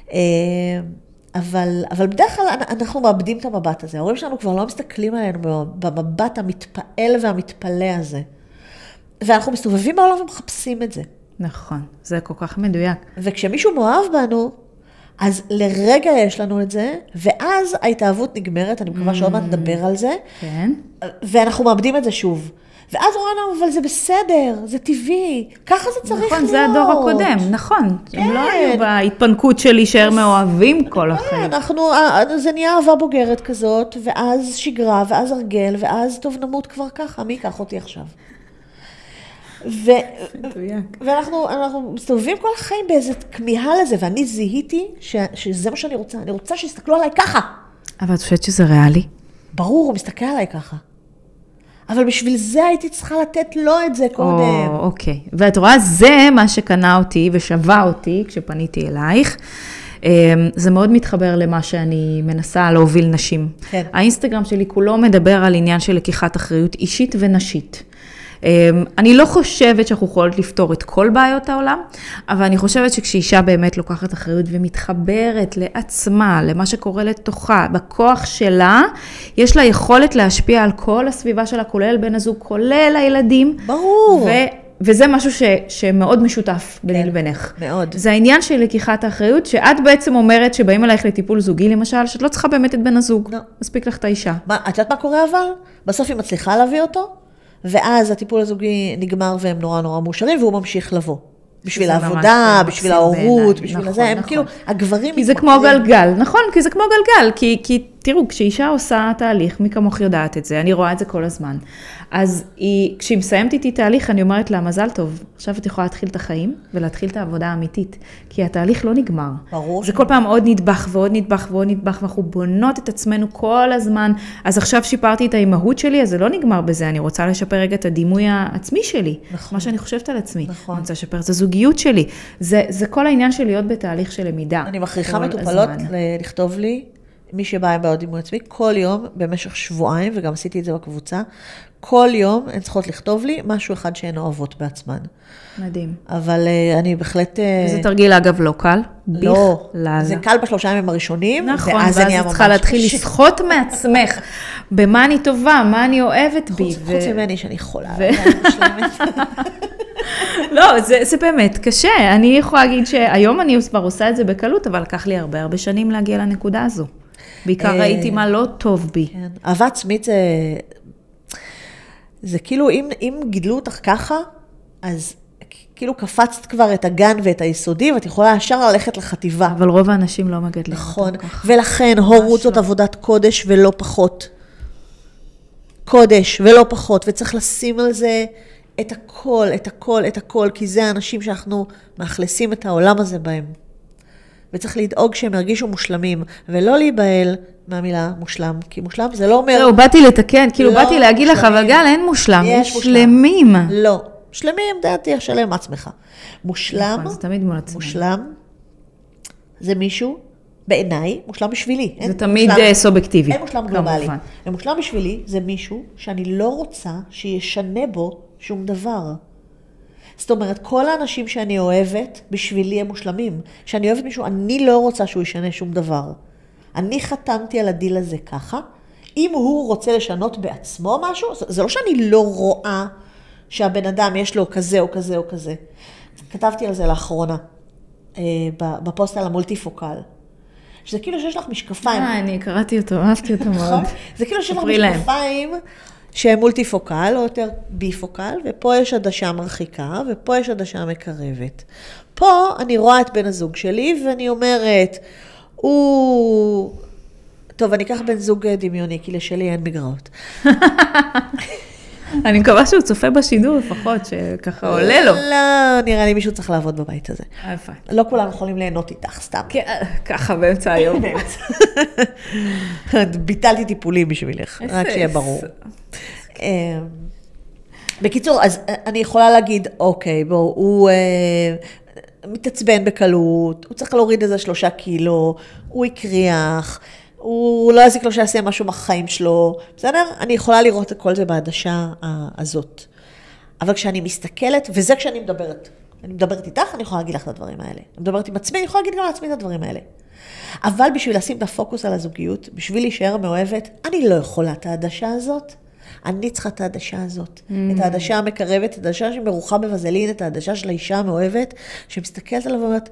אבל, אבל בדרך כלל אנחנו מאבדים את המבט הזה. ההורים שלנו כבר לא מסתכלים עלינו במבט המתפעל והמתפלא הזה. ואנחנו מסתובבים בעולם ומחפשים את זה. נכון, זה כל כך מדויק. וכשמישהו מאוהב בנו, אז לרגע יש לנו את זה, ואז ההתאהבות נגמרת, אני מקווה שעוד מעט נדבר על זה. כן. ואנחנו מאבדים את זה שוב. ואז רואה לנו, אבל זה בסדר, זה טבעי, ככה זה צריך להיות. נכון, זה הדור הקודם, נכון. הם לא היו בהתפנקות של להישאר מאוהבים כל החיים. אנחנו, זה נהיה אהבה בוגרת כזאת, ואז שגרה, ואז הרגל, ואז טוב נמות כבר ככה, מי ייקח אותי עכשיו? ואנחנו מסתובבים כל החיים באיזו כמיהה לזה, ואני זיהיתי שזה מה שאני רוצה. אני רוצה שיסתכלו עליי ככה. אבל את חושבת שזה ריאלי? ברור, הוא מסתכל עליי ככה. אבל בשביל זה הייתי צריכה לתת לו את זה קודם. או, אוקיי. ואת רואה, זה מה שקנה אותי ושווה אותי כשפניתי אלייך. זה מאוד מתחבר למה שאני מנסה להוביל נשים. כן. האינסטגרם שלי כולו מדבר על עניין של לקיחת אחריות אישית ונשית. אני לא חושבת שאנחנו יכולות לפתור את כל בעיות העולם, אבל אני חושבת שכשאישה באמת לוקחת אחריות ומתחברת לעצמה, למה שקורה לתוכה, בכוח שלה, יש לה יכולת להשפיע על כל הסביבה שלה, כולל בן הזוג, כולל הילדים. ברור. ו- וזה משהו ש- שמאוד משותף ביני לבינך. מאוד. זה העניין של לקיחת האחריות, שאת בעצם אומרת שבאים אלייך לטיפול זוגי, למשל, שאת לא צריכה באמת את בן הזוג. לא. מספיק לך את האישה. מה, את יודעת מה קורה אבל? בסוף היא מצליחה להביא אותו, ואז הטיפול הזוגי נגמר והם נורא נורא מאושרים, והוא ממשיך לבוא. בשביל העבודה, בשביל ההורות, בשביל הזה, הם כאילו, הגברים... כי זה כמו גלגל, נכון, כי זה כמו גלגל, כי, כי תראו, כשאישה עושה תהליך, מי כמוך יודעת את זה, אני רואה את זה כל הזמן. אז היא, כשהיא מסיימת איתי תהליך, אני אומרת לה, מזל טוב, עכשיו את יכולה להתחיל את החיים, ולהתחיל את העבודה האמיתית, כי התהליך לא נגמר. ברור. זה כל פעם עוד נדבך ועוד נדבך ועוד נדבך, ואנחנו בונות את עצמנו כל הזמן, אז עכשיו שיפרתי את האימהות שלי, אז זה לא נגמר בזה, אני רוצה לשפר רגע את הדימוי העצמי שלי, נכון. מה שאני חושבת על עצמי. נכון. אני רוצה לשפר את הזוגיות שלי. זה, זה כל העניין של להיות בתהליך של למידה. אני מכריחה מטופלות לכתוב לי, מי שבא בעוד דימוי עצמי, כל יום במשך שבועיים, וגם עשיתי את זה בקבוצה, כל יום הן צריכות לכתוב לי משהו אחד שהן אוהבות בעצמן. מדהים. אבל uh, אני בהחלט... זה uh, תרגיל אגב לא קל. לא, בכלל. זה קל בשלושה ימים הראשונים, נכון, ואז אני ממש... צריכה להתחיל לשחות מעצמך, במה אני טובה, מה אני אוהבת בי. חוץ, ו... חוץ ממני שאני חולה. ו... לא, זה, זה באמת קשה. אני יכולה להגיד שהיום אני כבר עושה את זה בקלות, אבל לקח לי הרבה הרבה שנים להגיע לנקודה הזו. בעיקר ראיתי מה לא טוב בי. כן. אהבה עצמית זה... זה כאילו, אם, אם גידלו אותך ככה, אז כאילו קפצת כבר את הגן ואת היסודי, ואת יכולה ישר ללכת לחטיבה. אבל רוב האנשים לא מגדלים. נכון, ולכן הורות זאת עבודת קודש ולא פחות. קודש ולא פחות, וצריך לשים על זה את הכל, את הכל, את הכל, כי זה האנשים שאנחנו מאכלסים את העולם הזה בהם. וצריך לדאוג שהם ירגישו מושלמים, ולא להיבהל מהמילה מושלם, כי מושלם זה לא אומר... זהו, באתי לתקן, כאילו באתי להגיד לך, אבל גל, אין מושלם, יש שלמים. לא, שלמים, דעתי, השלם עצמך. מושלם, נכון, זה תמיד מול עצמם. מושלם, זה מישהו, בעיניי, מושלם בשבילי. זה תמיד סובייקטיבי. אין מושלם גלובלי. ומושלם בשבילי זה מישהו שאני לא רוצה שישנה בו שום דבר. זאת אומרת, כל האנשים שאני אוהבת, בשבילי הם מושלמים. כשאני אוהבת מישהו, אני לא רוצה שהוא ישנה שום דבר. אני חתמתי על הדיל הזה ככה. אם הוא רוצה לשנות בעצמו משהו, זה לא שאני לא רואה שהבן אדם יש לו כזה או כזה או כזה. כתבתי על זה לאחרונה, בפוסט על המולטיפוקל. שזה כאילו שיש לך משקפיים. אה, אני קראתי אותו, אהבתי אותו מאוד. זה כאילו שיש לך משקפיים שהם מולטיפוקל, או יותר ביפוקל, ופה יש עדשה מרחיקה, ופה יש עדשה מקרבת. פה אני רואה את בן הזוג שלי, ואני אומרת, הוא... טוב, אני אקח בן זוג דמיוני, כי לשלי אין מגרעות. אני מקווה שהוא צופה בשידור לפחות, שככה עולה לו. לא, נראה לי מישהו צריך לעבוד בבית הזה. יפה. לא כולם יכולים ליהנות איתך, סתם. ככה באמצע היום. ביטלתי טיפולים בשבילך, רק שיהיה ברור. בקיצור, אז אני יכולה להגיד, אוקיי, בואו, הוא מתעצבן בקלות, הוא צריך להוריד איזה שלושה קילו, הוא יקריח, הוא לא יזיק לו שיעשה משהו בחיים שלו, בסדר? אני יכולה לראות את כל זה בעדשה הזאת. אבל כשאני מסתכלת, וזה כשאני מדברת, אני מדברת איתך, אני יכולה להגיד לך את הדברים האלה. אני מדברת עם עצמי, אני יכולה להגיד גם לעצמי את הדברים האלה. אבל בשביל לשים את הפוקוס על הזוגיות, בשביל להישאר מאוהבת, אני לא יכולה את העדשה הזאת. אני צריכה את העדשה הזאת. Mm. את העדשה המקרבת, את העדשה שמרוחה בבזלין, את העדשה של האישה המאוהבת, שמסתכלת עליו ואומרת,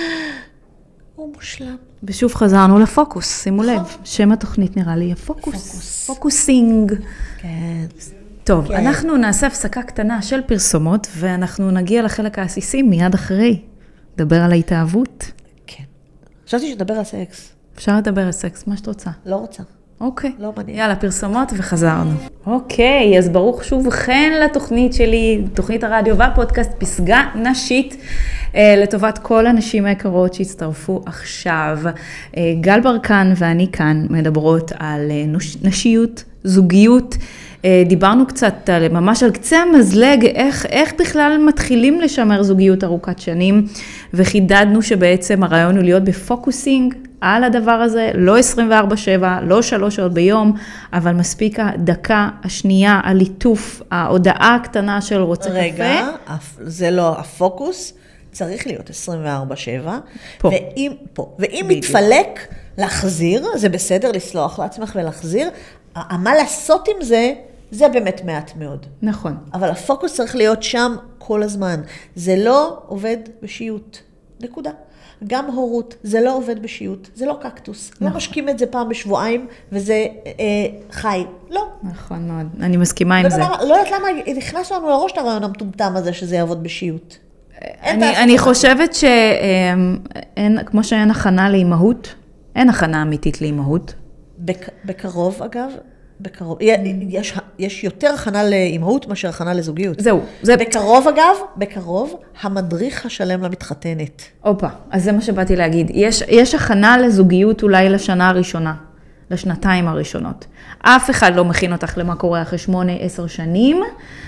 הוא מושלם. ושוב חזרנו לפוקוס, שימו לב. שם התוכנית נראה לי הפוקוס. פוקוסינג. כן. טוב, כן. אנחנו נעשה הפסקה קטנה של פרסומות, ואנחנו נגיע לחלק העסיסי מיד אחרי. נדבר על ההתאהבות. כן. חשבתי שתדבר על סקס. אפשר לדבר על סקס, מה שאת רוצה. לא רוצה. אוקיי. לא מעניין. יאללה, פרסומות וחזרנו. אוקיי, אז ברוך שוב וכן לתוכנית שלי, תוכנית הרדיו והפודקאסט פסגה נשית, לטובת כל הנשים היקרות שהצטרפו עכשיו. גל ברקן ואני כאן מדברות על נשיות, זוגיות, דיברנו קצת על, ממש על קצה המזלג, איך, איך בכלל מתחילים לשמר זוגיות ארוכת שנים, וחידדנו שבעצם הרעיון הוא להיות בפוקוסינג על הדבר הזה, לא עשרים וארבע שבע, לא שלוש שעות ביום, אבל מספיק הדקה, השנייה, הליטוף, ההודעה הקטנה של רוצה רגע, קפה. רגע, זה לא הפוקוס, צריך להיות עשרים וארבע שבע, פה. ואם, פה, ואם מתפלק להחזיר, זה בסדר לסלוח לעצמך ולהחזיר, מה לעשות עם זה, זה באמת מעט מאוד. נכון. אבל הפוקוס צריך להיות שם כל הזמן. זה לא עובד בשיעות. נקודה. גם הורות, זה לא עובד בשיעות. זה לא קקטוס. נכון. לא משקים את זה פעם בשבועיים, וזה אה, חי. לא. נכון מאוד. אני מסכימה עם זה. למה, לא יודעת למה נכנס לנו לראש את הרעיון המטומטם הזה, שזה יעבוד בשיעות. אני, אני חושבת שאין, כמו שאין הכנה לאימהות, אין הכנה אמיתית לאימהות. בק, בקרוב, אגב, בקרוב. יש, יש יותר הכנה לאימהות מאשר הכנה לזוגיות. זהו. זה... בקרוב, אגב, בקרוב, המדריך השלם למתחתנת. אופה, אז זה מה שבאתי להגיד. יש, יש הכנה לזוגיות אולי לשנה הראשונה, לשנתיים הראשונות. אף אחד לא מכין אותך למה קורה אחרי שמונה, עשר שנים.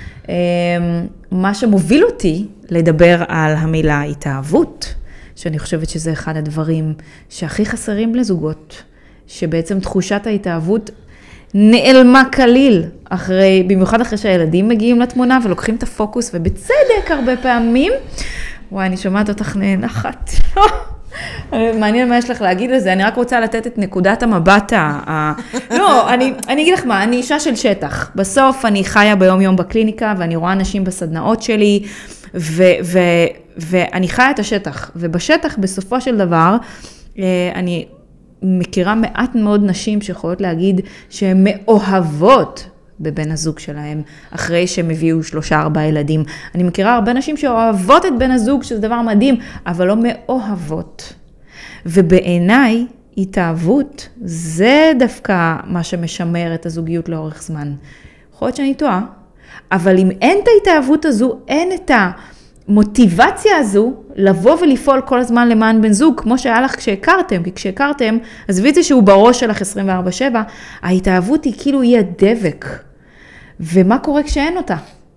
מה שמוביל אותי לדבר על המילה התאהבות, שאני חושבת שזה אחד הדברים שהכי חסרים לזוגות, שבעצם תחושת ההתאהבות נעלמה כליל, אחרי, במיוחד אחרי שהילדים מגיעים לתמונה ולוקחים את הפוקוס, ובצדק הרבה פעמים, וואי, אני שומעת אותך נאנחת. מעניין מה יש לך להגיד לזה, אני רק רוצה לתת את נקודת המבט ה... לא, אני, אני אגיד לך מה, אני אישה של שטח. בסוף אני חיה ביום יום בקליניקה, ואני רואה אנשים בסדנאות שלי, ו, ו, ואני חיה את השטח. ובשטח, בסופו של דבר, אני מכירה מעט מאוד נשים שיכולות להגיד שהן מאוהבות בבן הזוג שלהם, אחרי שהם הביאו שלושה ארבעה ילדים. אני מכירה הרבה נשים שאוהבות את בן הזוג, שזה דבר מדהים, אבל לא מאוהבות. ובעיניי, התאהבות, זה דווקא מה שמשמר את הזוגיות לאורך זמן. יכול להיות שאני טועה, אבל אם אין את ההתאהבות הזו, אין את המוטיבציה הזו, לבוא ולפעול כל הזמן למען בן זוג, כמו שהיה לך כשהכרתם, כי כשהכרתם, עזבי את זה שהוא בראש שלך עשרים וארבע שבע, ההתאהבות היא כאילו היא הדבק. ומה קורה כשאין אותה?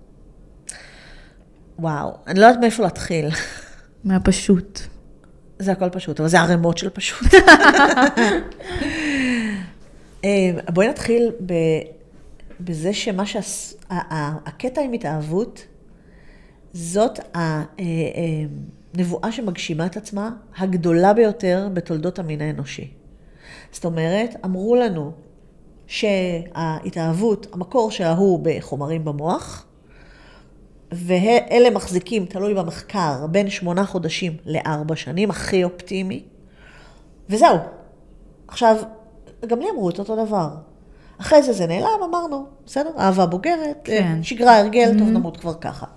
וואו, אני לא יודעת מאיפה להתחיל. מהפשוט. זה הכל פשוט, אבל זה הרמות של פשוט. בואי נתחיל בזה שמה שהקטע עם התאהבות, זאת הנבואה שמגשימה את עצמה, הגדולה ביותר בתולדות המין האנושי. זאת אומרת, אמרו לנו שההתאהבות, המקור שלה הוא בחומרים במוח, ואלה מחזיקים, תלוי במחקר, בין שמונה חודשים לארבע שנים, הכי אופטימי. וזהו. עכשיו, גם לי אמרו את אותו דבר. אחרי זה זה נעלם, אמרנו, בסדר, אהבה בוגרת, כן. שגרה, הרגל, mm-hmm. טוב נמות כבר ככה.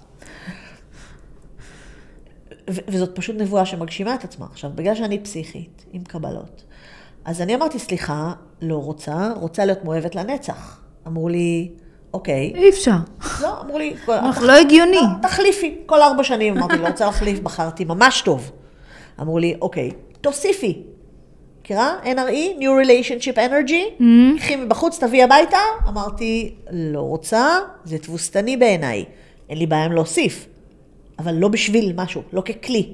ו- וזאת פשוט נבואה שמגשימה את עצמה. עכשיו, בגלל שאני פסיכית, עם קבלות, אז אני אמרתי, סליחה, לא רוצה, רוצה להיות מואבת לנצח. אמרו לי, אוקיי. אי אפשר. לא, אמרו לי, לא הגיוני. לא, תחליפי, כל ארבע שנים. אמרתי, לא רוצה להחליף, בחרתי ממש טוב. אמרו לי, אוקיי, תוסיפי. מכירה? אן אר אי, New Relationship Energy. קחי מבחוץ, תביא הביתה. אמרתי, לא רוצה, זה תבוסתני בעיניי. אין לי בעיה עם להוסיף. אבל לא בשביל משהו, לא ככלי.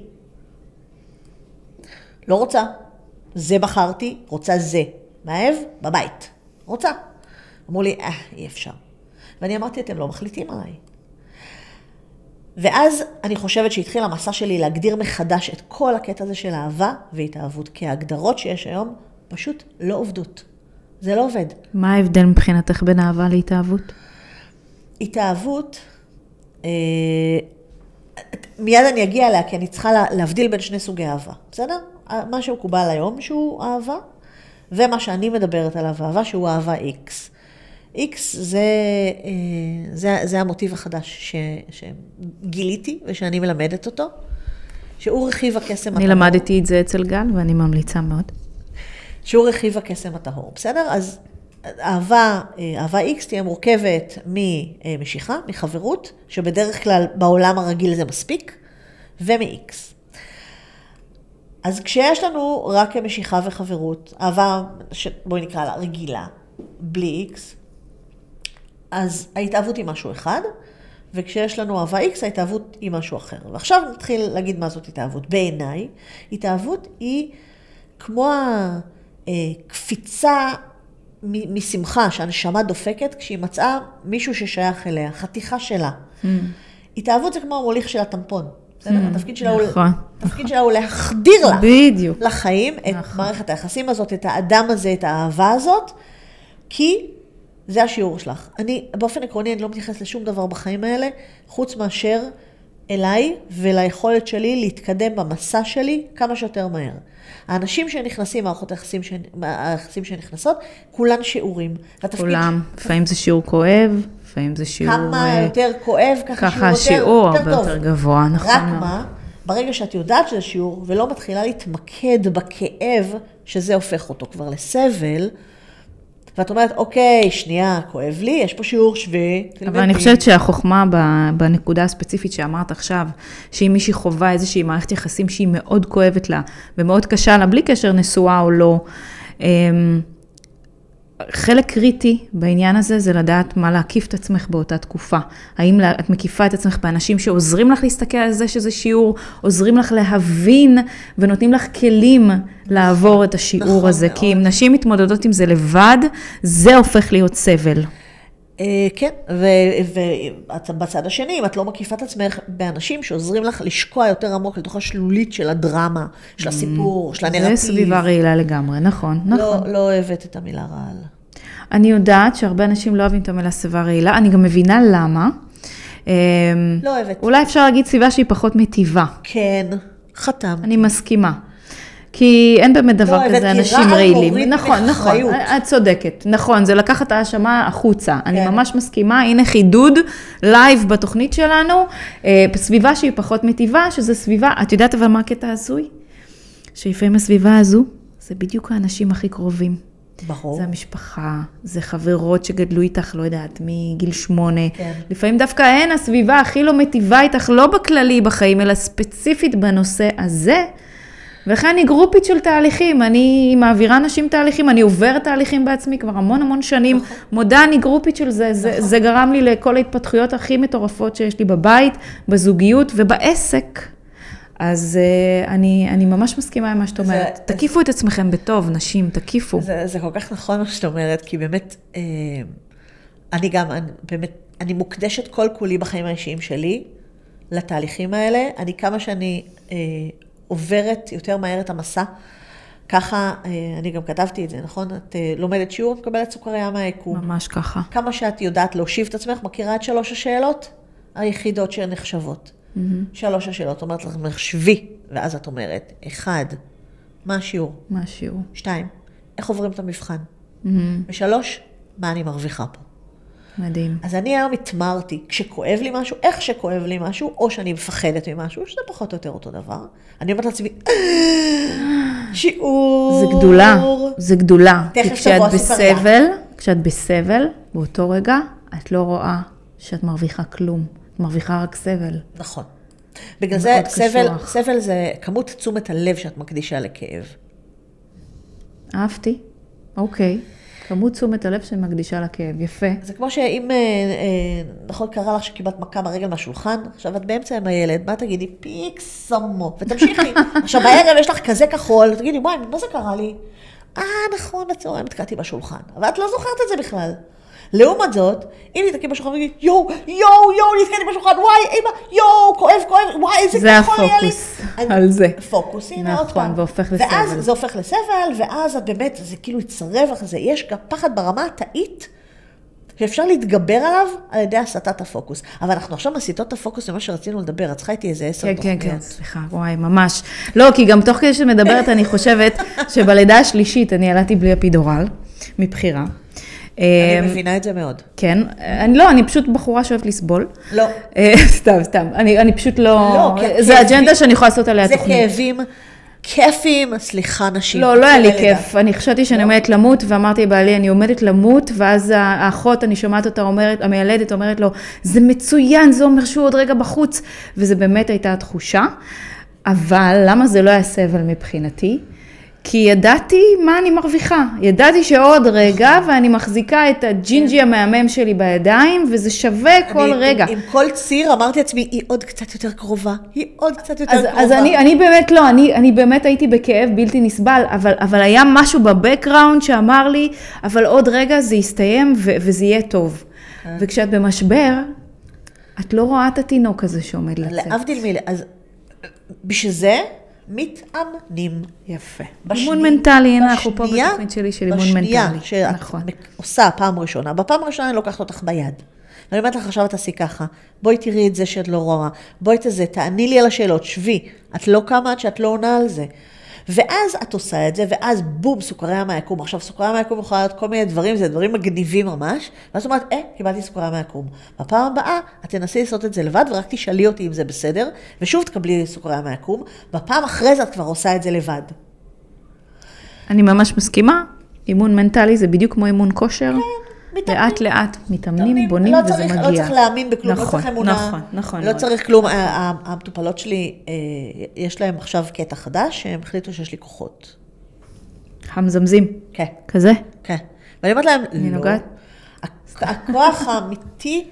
לא רוצה. זה בחרתי, רוצה זה. מאהב? בבית. רוצה. אמרו לי, אה, אי אפשר. ואני אמרתי, אתם לא מחליטים עליי. ואז אני חושבת שהתחיל המסע שלי להגדיר מחדש את כל הקטע הזה של אהבה והתאהבות, כי ההגדרות שיש היום פשוט לא עובדות. זה לא עובד. מה ההבדל מבחינתך בין אהבה להתאהבות? התאהבות, אה, מיד אני אגיע אליה, כי אני צריכה להבדיל בין שני סוגי אהבה. בסדר? מה שמקובל היום שהוא אהבה, ומה שאני מדברת עליו אהבה שהוא אהבה X. X זה, זה, זה המוטיב החדש ש, שגיליתי ושאני מלמדת אותו, שהוא רכיב הקסם הטהור. אני למדתי את זה אצל גל ואני ממליצה מאוד. שהוא רכיב הקסם הטהור, בסדר? אז אהבה, אהבה X תהיה מורכבת ממשיכה, מחברות, שבדרך כלל בעולם הרגיל זה מספיק, ומ-X. אז כשיש לנו רק משיכה וחברות, אהבה, בואי נקרא לה רגילה, בלי X, אז ההתאהבות היא משהו אחד, וכשיש לנו אהבה X, ההתאהבות היא משהו אחר. ועכשיו נתחיל להגיד מה זאת התאהבות. בעיניי, התאהבות היא כמו הקפיצה משמחה, שהנשמה דופקת, כשהיא מצאה מישהו ששייך אליה, חתיכה שלה. Mm. התאהבות זה כמו המוליך של הטמפון. Mm. התפקיד שלה, נכון, הוא, התפקיד שלה הוא להחדיר לה בדיוק. לחיים את נכון. מערכת היחסים הזאת, את האדם הזה, את האהבה הזאת, כי זה השיעור שלך. אני, באופן עקרוני, אני לא מתייחס לשום דבר בחיים האלה, חוץ מאשר אליי וליכולת שלי להתקדם במסע שלי כמה שיותר מהר. האנשים שנכנסים, מערכות היחסים, היחסים שנכנסות, כולן שיעורים. כולם. לפעמים זה שיעור כואב, לפעמים זה שיעור... כמה יותר כואב, ככה, ככה שיעור יותר, יותר הרבה יותר גבוה, נכון. רק מה, ברגע שאת יודעת שזה שיעור, ולא מתחילה להתמקד בכאב, שזה הופך אותו כבר לסבל, ואת אומרת, אוקיי, שנייה, כואב לי, יש פה שיעור שווה. אבל אני חושבת שהחוכמה בנקודה הספציפית שאמרת עכשיו, שאם מישהי חובה איזושהי מערכת יחסים שהיא מאוד כואבת לה, ומאוד קשה לה, בלי קשר נשואה או לא, חלק קריטי בעניין הזה זה לדעת מה להקיף את עצמך באותה תקופה. האם את מקיפה את עצמך באנשים שעוזרים לך להסתכל על זה שזה שיעור, עוזרים לך להבין ונותנים לך כלים לעבור את השיעור נכון הזה. מאוד. כי אם נשים מתמודדות עם זה לבד, זה הופך להיות סבל. כן, ובצד השני, אם את לא מקיפה את עצמך באנשים שעוזרים לך לשקוע יותר עמוק לתוך השלולית של הדרמה, של הסיפור, של הנרטיב. זה סביבה רעילה לגמרי, נכון, נכון. לא, לא אוהבת את המילה רעל. אני יודעת שהרבה אנשים לא אוהבים את המילה סביבה רעילה, אני גם מבינה למה. לא אוהבת. אולי אפשר להגיד סביבה שהיא פחות מטיבה. כן, חתם. אני מסכימה. כי אין באמת דבר לא, כזה אנשים רעילים. נכון, נכון, את צודקת. נכון, זה לקחת האשמה החוצה. כן. אני ממש מסכימה, הנה חידוד לייב בתוכנית שלנו, בסביבה שהיא פחות מטיבה, שזה סביבה, את יודעת אבל מה הקטע הזוי? שלפעמים הסביבה הזו, זה בדיוק האנשים הכי קרובים. ברור. זה המשפחה, זה חברות שגדלו איתך, לא יודעת, מגיל שמונה. כן. לפעמים דווקא הן הסביבה הכי לא מטיבה איתך, לא בכללי בחיים, אלא ספציפית בנושא הזה, וכן אני גרופית של תהליכים, אני מעבירה נשים תהליכים, אני עוברת תהליכים בעצמי כבר המון המון שנים, נכון. מודה אני גרופית של זה, זה, נכון. זה גרם לי לכל ההתפתחויות הכי מטורפות שיש לי בבית, בזוגיות ובעסק, אז uh, אני, אני ממש מסכימה עם מה שאת אומרת, זה, תקיפו זה, את עצמכם בטוב, נשים, תקיפו. זה, זה כל כך נכון מה שאת אומרת, כי באמת, אה, אני גם, אני, באמת, אני מוקדשת כל כולי בחיים האישיים שלי, לתהליכים האלה. אני כמה שאני אה, עוברת יותר מהר את המסע, ככה, אה, אני גם כתבתי את זה, נכון? את אה, לומדת שיעור, מקבלת סוכריה מהיקום. ממש ככה. כמה שאת יודעת להושיב את עצמך, מכירה את שלוש השאלות היחידות שהן נחשבות. Mm-hmm. שלוש השאלות, אומרת לך, שבי, ואז את אומרת, אחד, מה השיעור? מה השיעור? שתיים, איך עוברים את המבחן? Mm-hmm. ושלוש, מה אני מרוויחה פה? מדהים. אז אני היום התמרתי, כשכואב לי משהו, איך שכואב לי משהו, או שאני מפחדת ממשהו, שזה פחות או יותר אותו דבר. אני אומרת לעצמי, שיעור. זה גדולה, זה גדולה. כי כשאת תבוא הסוכריה. בסבל, כשאת בסבל, באותו רגע, את לא רואה שאת מרוויחה כלום. את מרוויחה רק סבל. נכון. בגלל זה, סבל, קשוח. סבל זה כמות תשומת הלב שאת מקדישה לכאב. אהבתי. אוקיי. כמות תשומת הלב שמקדישה לכאב. יפה. זה כמו שאם, אה, אה, נכון, קרה לך שקיבלת מכה ברגל מהשולחן, עכשיו את באמצע עם הילד, מה תגידי? פיקסמו, ותמשיכי. עכשיו בערב יש לך כזה כחול, תגידי, וואי, מה זה קרה לי? אה, נכון, בצהריים תקעתי בשולחן. אבל את לא זוכרת את זה בכלל. לעומת זאת, אם נתקעים בשולחן ותגיד, יואו, יואו, יואו, נתקעתי בשולחן, וואי, אימא, יואו, כואב, כואב, וואי, איזה כחול היה לי. זה הפוקוס על זה. פוקוס, הנה עוד פעם. נכון, והופך לסבל. ואז זה הופך לסבל, ואז את באמת, זה כאילו יצרב לך, זה, יש גם פחד ברמה התאית, שאפשר להתגבר עליו על ידי הסטת הפוקוס. אבל אנחנו עכשיו מסיטות את הפוקוס למה שרצינו לדבר, את צריכה איתי איזה עשר כן, תוכניות. כן, כן, סליחה, וואי, ממש. לא, כי גם תוך כדי שמדברת, אני חושבת שבלידה השלישית אני ילדתי בלי אפידורל, מבחירה. אני מבינה את זה מאוד. כן, אני לא, אני פשוט בחורה שאוהבת לסבול. לא. סתם, סתם, אני, אני פשוט לא, לא, זה אג'נדה שאני יכולה לעשות עליה זה תוכנית. כאבים, כיפים, סליחה נשים. לא, לא היה לי כיף, אני חשבתי שאני עומדת למות, ואמרתי לבעלי, אני עומדת למות, ואז האחות, אני שומעת אותה אומרת, המיילדת אומרת לו, זה מצוין, זה אומר שהוא עוד רגע בחוץ, וזה באמת הייתה התחושה, אבל למה זה לא היה סבל מבחינתי? כי ידעתי מה אני מרוויחה, ידעתי שעוד רגע, ואני מחזיקה את הג'ינג'י המהמם שלי בידיים, וזה שווה כל רגע. עם כל ציר אמרתי לעצמי, היא עוד קצת יותר קרובה, היא עוד קצת יותר קרובה. אז אני, אני באמת לא, אני, אני באמת הייתי בכאב בלתי נסבל, אבל, אבל היה משהו בבקגראונד שאמר לי, אבל עוד רגע זה יסתיים ו- וזה יהיה טוב. וכשאת במשבר, את לא רואה את התינוק הזה שעומד לצאת. להבדיל מילה, אז בשביל זה, מתאמנים. יפה. אימון מנטלי, הנה אנחנו פה בשנייה, בתוכנית שלי של אימון מנטלי. בשנייה שאת נכון. עושה פעם ראשונה, בפעם הראשונה אני לוקחת אותך ביד. ואני אומרת לך, עכשיו תעשי ככה, בואי תראי את זה שאת לא רואה, בואי תזה, תעני לי על השאלות, שבי, את לא קמה עד שאת לא עונה על זה. ואז את עושה את זה, ואז בום, סוכריה מהיקום. עכשיו, סוכריה מהיקום יכולה להיות כל מיני דברים, זה דברים מגניבים ממש, ואז זאת אומרת, אה, קיבלתי סוכריה מהיקום. בפעם הבאה, את תנסי לעשות את זה לבד, ורק תשאלי אותי אם זה בסדר, ושוב תקבלי סוכריה מהיקום, בפעם אחרי זה את כבר עושה את זה לבד. אני ממש מסכימה, אימון מנטלי זה בדיוק כמו אימון כושר. מתאמנים. לאט לאט מתאמנים, מתאמנים. בונים לא וזה צריך, מגיע. לא צריך להאמין בכלום, נכון, לא צריך אמונה. נכון, נכון. לא מאוד. צריך כלום. המטופלות שלי, יש להם עכשיו קטע חדש, שהם החליטו שיש לי כוחות. המזמזים. כן. כזה? כן. ואני אומרת להם, אני לא. נוגעת. הכוח האמיתי,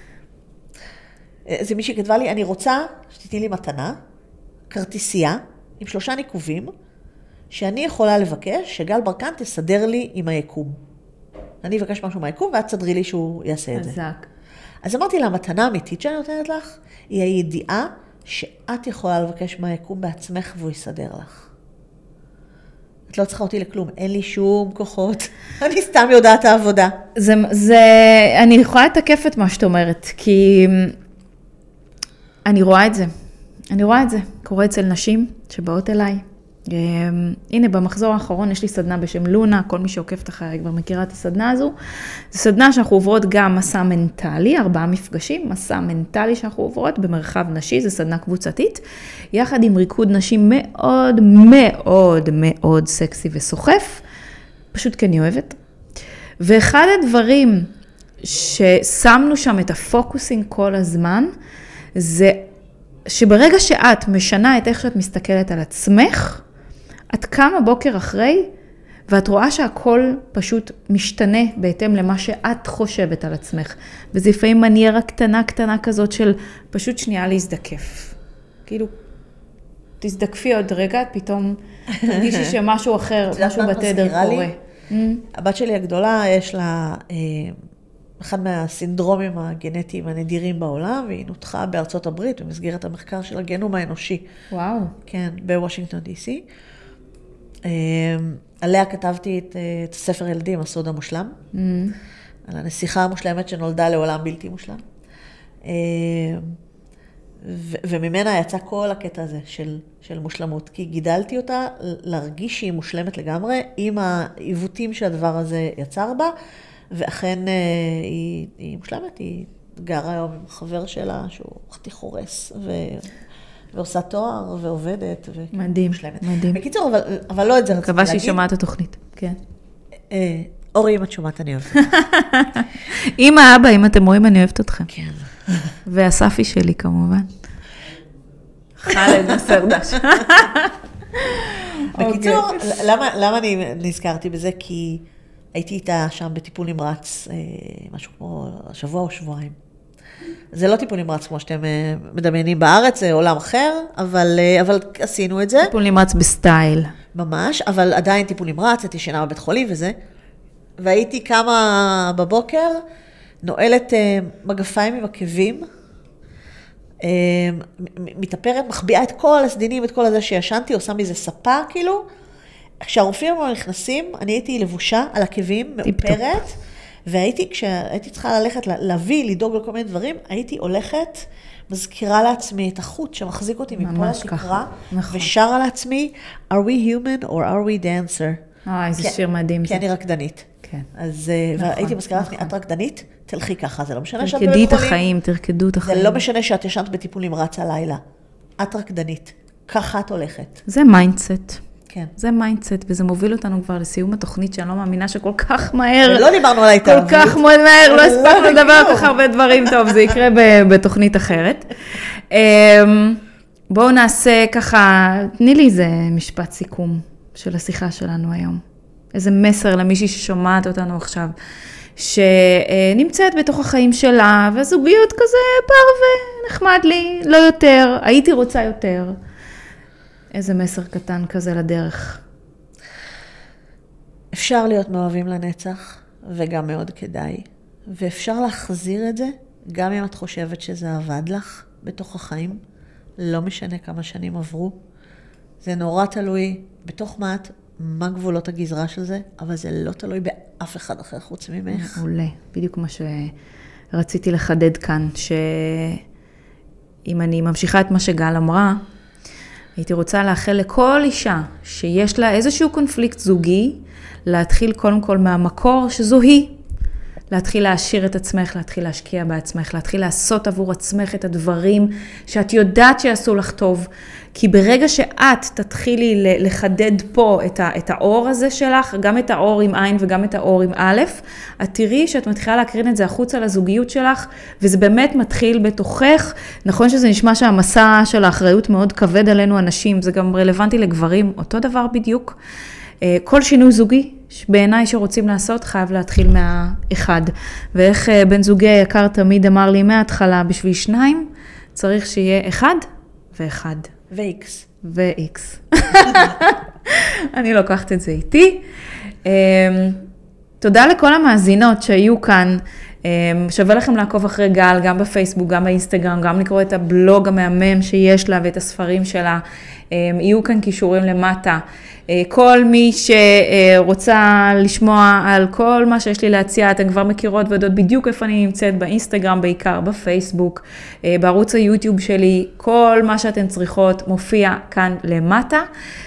זה מי שכתבה לי, אני רוצה שתתני לי מתנה, כרטיסייה, עם שלושה ניקובים, שאני יכולה לבקש שגל ברקן תסדר לי עם היקום. אני אבקש משהו מהיקום, ואת תסדרי לי שהוא יעשה את זה. חזק. אז אמרתי לה, המתנה האמיתית שאני נותנת לך, היא הידיעה שאת יכולה לבקש מהיקום בעצמך, והוא יסדר לך. את לא צריכה אותי לכלום, אין לי שום כוחות, אני סתם יודעת העבודה. זה, זה, אני יכולה לתקף את מה שאת אומרת, כי אני רואה את זה. אני רואה את זה. קורה אצל נשים שבאות אליי. הנה, במחזור האחרון יש לי סדנה בשם לונה, כל מי שעוקבת אחרי כבר מכירה את הסדנה הזו. זו סדנה שאנחנו עוברות גם מסע מנטלי, ארבעה מפגשים, מסע מנטלי שאנחנו עוברות במרחב נשי, זו סדנה קבוצתית, יחד עם ריקוד נשים מאוד מאוד מאוד סקסי וסוחף, פשוט כי אני אוהבת. ואחד הדברים ששמנו שם את הפוקוסים כל הזמן, זה שברגע שאת משנה את איך שאת מסתכלת על עצמך, את קמה בוקר אחרי, ואת רואה שהכל פשוט משתנה בהתאם למה שאת חושבת על עצמך. וזה לפעמים מניירה קטנה קטנה כזאת של פשוט שנייה להזדקף. כאילו, תזדקפי עוד רגע, פתאום תרגישי שמשהו אחר, משהו בתדר קורה. הבת שלי הגדולה, יש לה אחד מהסינדרומים הגנטיים הנדירים בעולם, והיא נותחה בארצות הברית במסגרת המחקר של הגנום האנושי. וואו. כן, בוושינגטון די סי. עליה כתבתי את, את ספר ילדים, הסוד המושלם, mm. על הנסיכה המושלמת שנולדה לעולם בלתי מושלם. ו- וממנה יצא כל הקטע הזה של, של מושלמות, כי גידלתי אותה להרגיש שהיא מושלמת לגמרי, עם העיוותים שהדבר הזה יצר בה, ואכן היא, היא מושלמת, היא גרה היום עם חבר שלה, שהוא חתיך הורס, ו... ועושה תואר, ועובדת, מדהים, ומושלמת. מדהים. בקיצור, אבל, אבל לא את זה רציתי להגיד. מקווה שהיא שומעת התוכנית, כן. אה, אורי, אם את שומעת, אני אוהבת. אמא, אבא, אם אתם רואים, אני אוהבת אתכם. כן. והספי שלי, כמובן. חלד מסרדש. בקיצור, למה, למה אני נזכרתי בזה? כי הייתי איתה שם בטיפול נמרץ, משהו כמו שבוע או שבועיים. זה לא טיפול נמרץ כמו שאתם מדמיינים בארץ, זה עולם אחר, אבל, אבל עשינו את זה. טיפול נמרץ בסטייל. ממש, אבל עדיין טיפול נמרץ, הייתי שינה בבית חולים וזה. והייתי קמה בבוקר, נועלת מגפיים עם עקבים, מתאפרת, מחביאה את כל הסדינים, את כל הזה שישנתי, עושה מזה ספה כאילו. כשהרופאים נכנסים, אני הייתי לבושה על עקבים, מאופרת, והייתי, כשהייתי צריכה ללכת, להביא, לדאוג לכל מיני דברים, הייתי הולכת, מזכירה לעצמי את החוט שמחזיק אותי מפה לתקרה, נכון. ושרה לעצמי, are we human or are we dancer? אה, איזה שיר מדהים. כי אני רקדנית. כן. אז נכון, הייתי מזכירה לעצמי, את רקדנית, תלכי ככה, זה לא משנה שאת תרקדי את החיים, תרקדו את החיים. זה לא משנה שאת ישנת בטיפול נמרץ הלילה. את רקדנית, ככה את הולכת. זה מיינדסט. כן. זה מיינדסט, וזה מוביל אותנו כבר לסיום התוכנית, שאני לא מאמינה שכל כך מהר. לא דיברנו על ההתאהבות. כל כך מהר, לא הספקנו לדבר כל כך הרבה דברים. טוב, זה יקרה בתוכנית אחרת. בואו נעשה ככה, תני לי איזה משפט סיכום של השיחה שלנו היום. איזה מסר למישהי ששומעת אותנו עכשיו, שנמצאת בתוך החיים שלה, והזוגיות כזה פרווה, נחמד לי, לא יותר, הייתי רוצה יותר. איזה מסר קטן כזה לדרך. אפשר להיות מאוהבים לנצח, וגם מאוד כדאי. ואפשר להחזיר את זה, גם אם את חושבת שזה עבד לך בתוך החיים. לא משנה כמה שנים עברו. זה נורא תלוי בתוך מעט, מה גבולות הגזרה של זה, אבל זה לא תלוי באף אחד אחר חוץ ממך. מעולה, בדיוק מה שרציתי לחדד כאן, שאם אני ממשיכה את מה שגל אמרה, הייתי רוצה לאחל לכל אישה שיש לה איזשהו קונפליקט זוגי, להתחיל קודם כל מהמקור שזו היא. להתחיל להשאיר את עצמך, להתחיל להשקיע בעצמך, להתחיל לעשות עבור עצמך את הדברים שאת יודעת שיעשו לך טוב. כי ברגע שאת תתחילי לחדד פה את, ה, את האור הזה שלך, גם את האור עם עין וגם את האור עם א', את תראי שאת מתחילה להקרין את זה החוצה לזוגיות שלך, וזה באמת מתחיל בתוכך. נכון שזה נשמע שהמסע של האחריות מאוד כבד עלינו אנשים, זה גם רלוונטי לגברים, אותו דבר בדיוק. כל שינוי זוגי, בעיניי שרוצים לעשות, חייב להתחיל מהאחד. ואיך בן זוגי היקר תמיד אמר לי מההתחלה, בשביל שניים, צריך שיהיה אחד ואחד. ו-X. ו-X. אני לוקחת את זה איתי. תודה לכל המאזינות שהיו כאן. שווה לכם לעקוב אחרי גל, גם בפייסבוק, גם באינסטגרם, גם לקרוא את הבלוג המהמם שיש לה ואת הספרים שלה. יהיו כאן קישורים למטה. כל מי שרוצה לשמוע על כל מה שיש לי להציע, אתן כבר מכירות ויודעות בדיוק איפה אני נמצאת, באינסטגרם בעיקר, בפייסבוק, בערוץ היוטיוב שלי, כל מה שאתן צריכות מופיע כאן למטה.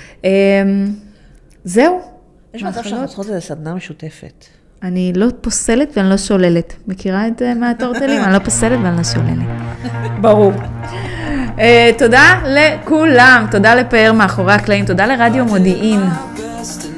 זהו. יש מצב שאנחנו צריכות איזו סדנה משותפת. אני לא פוסלת ואני לא שוללת. מכירה את זה מהטורטלים? אני לא פוסלת ואני לא שוללת. ברור. תודה לכולם, תודה לפאר מאחורי הקלעים, תודה לרדיו מודיעין.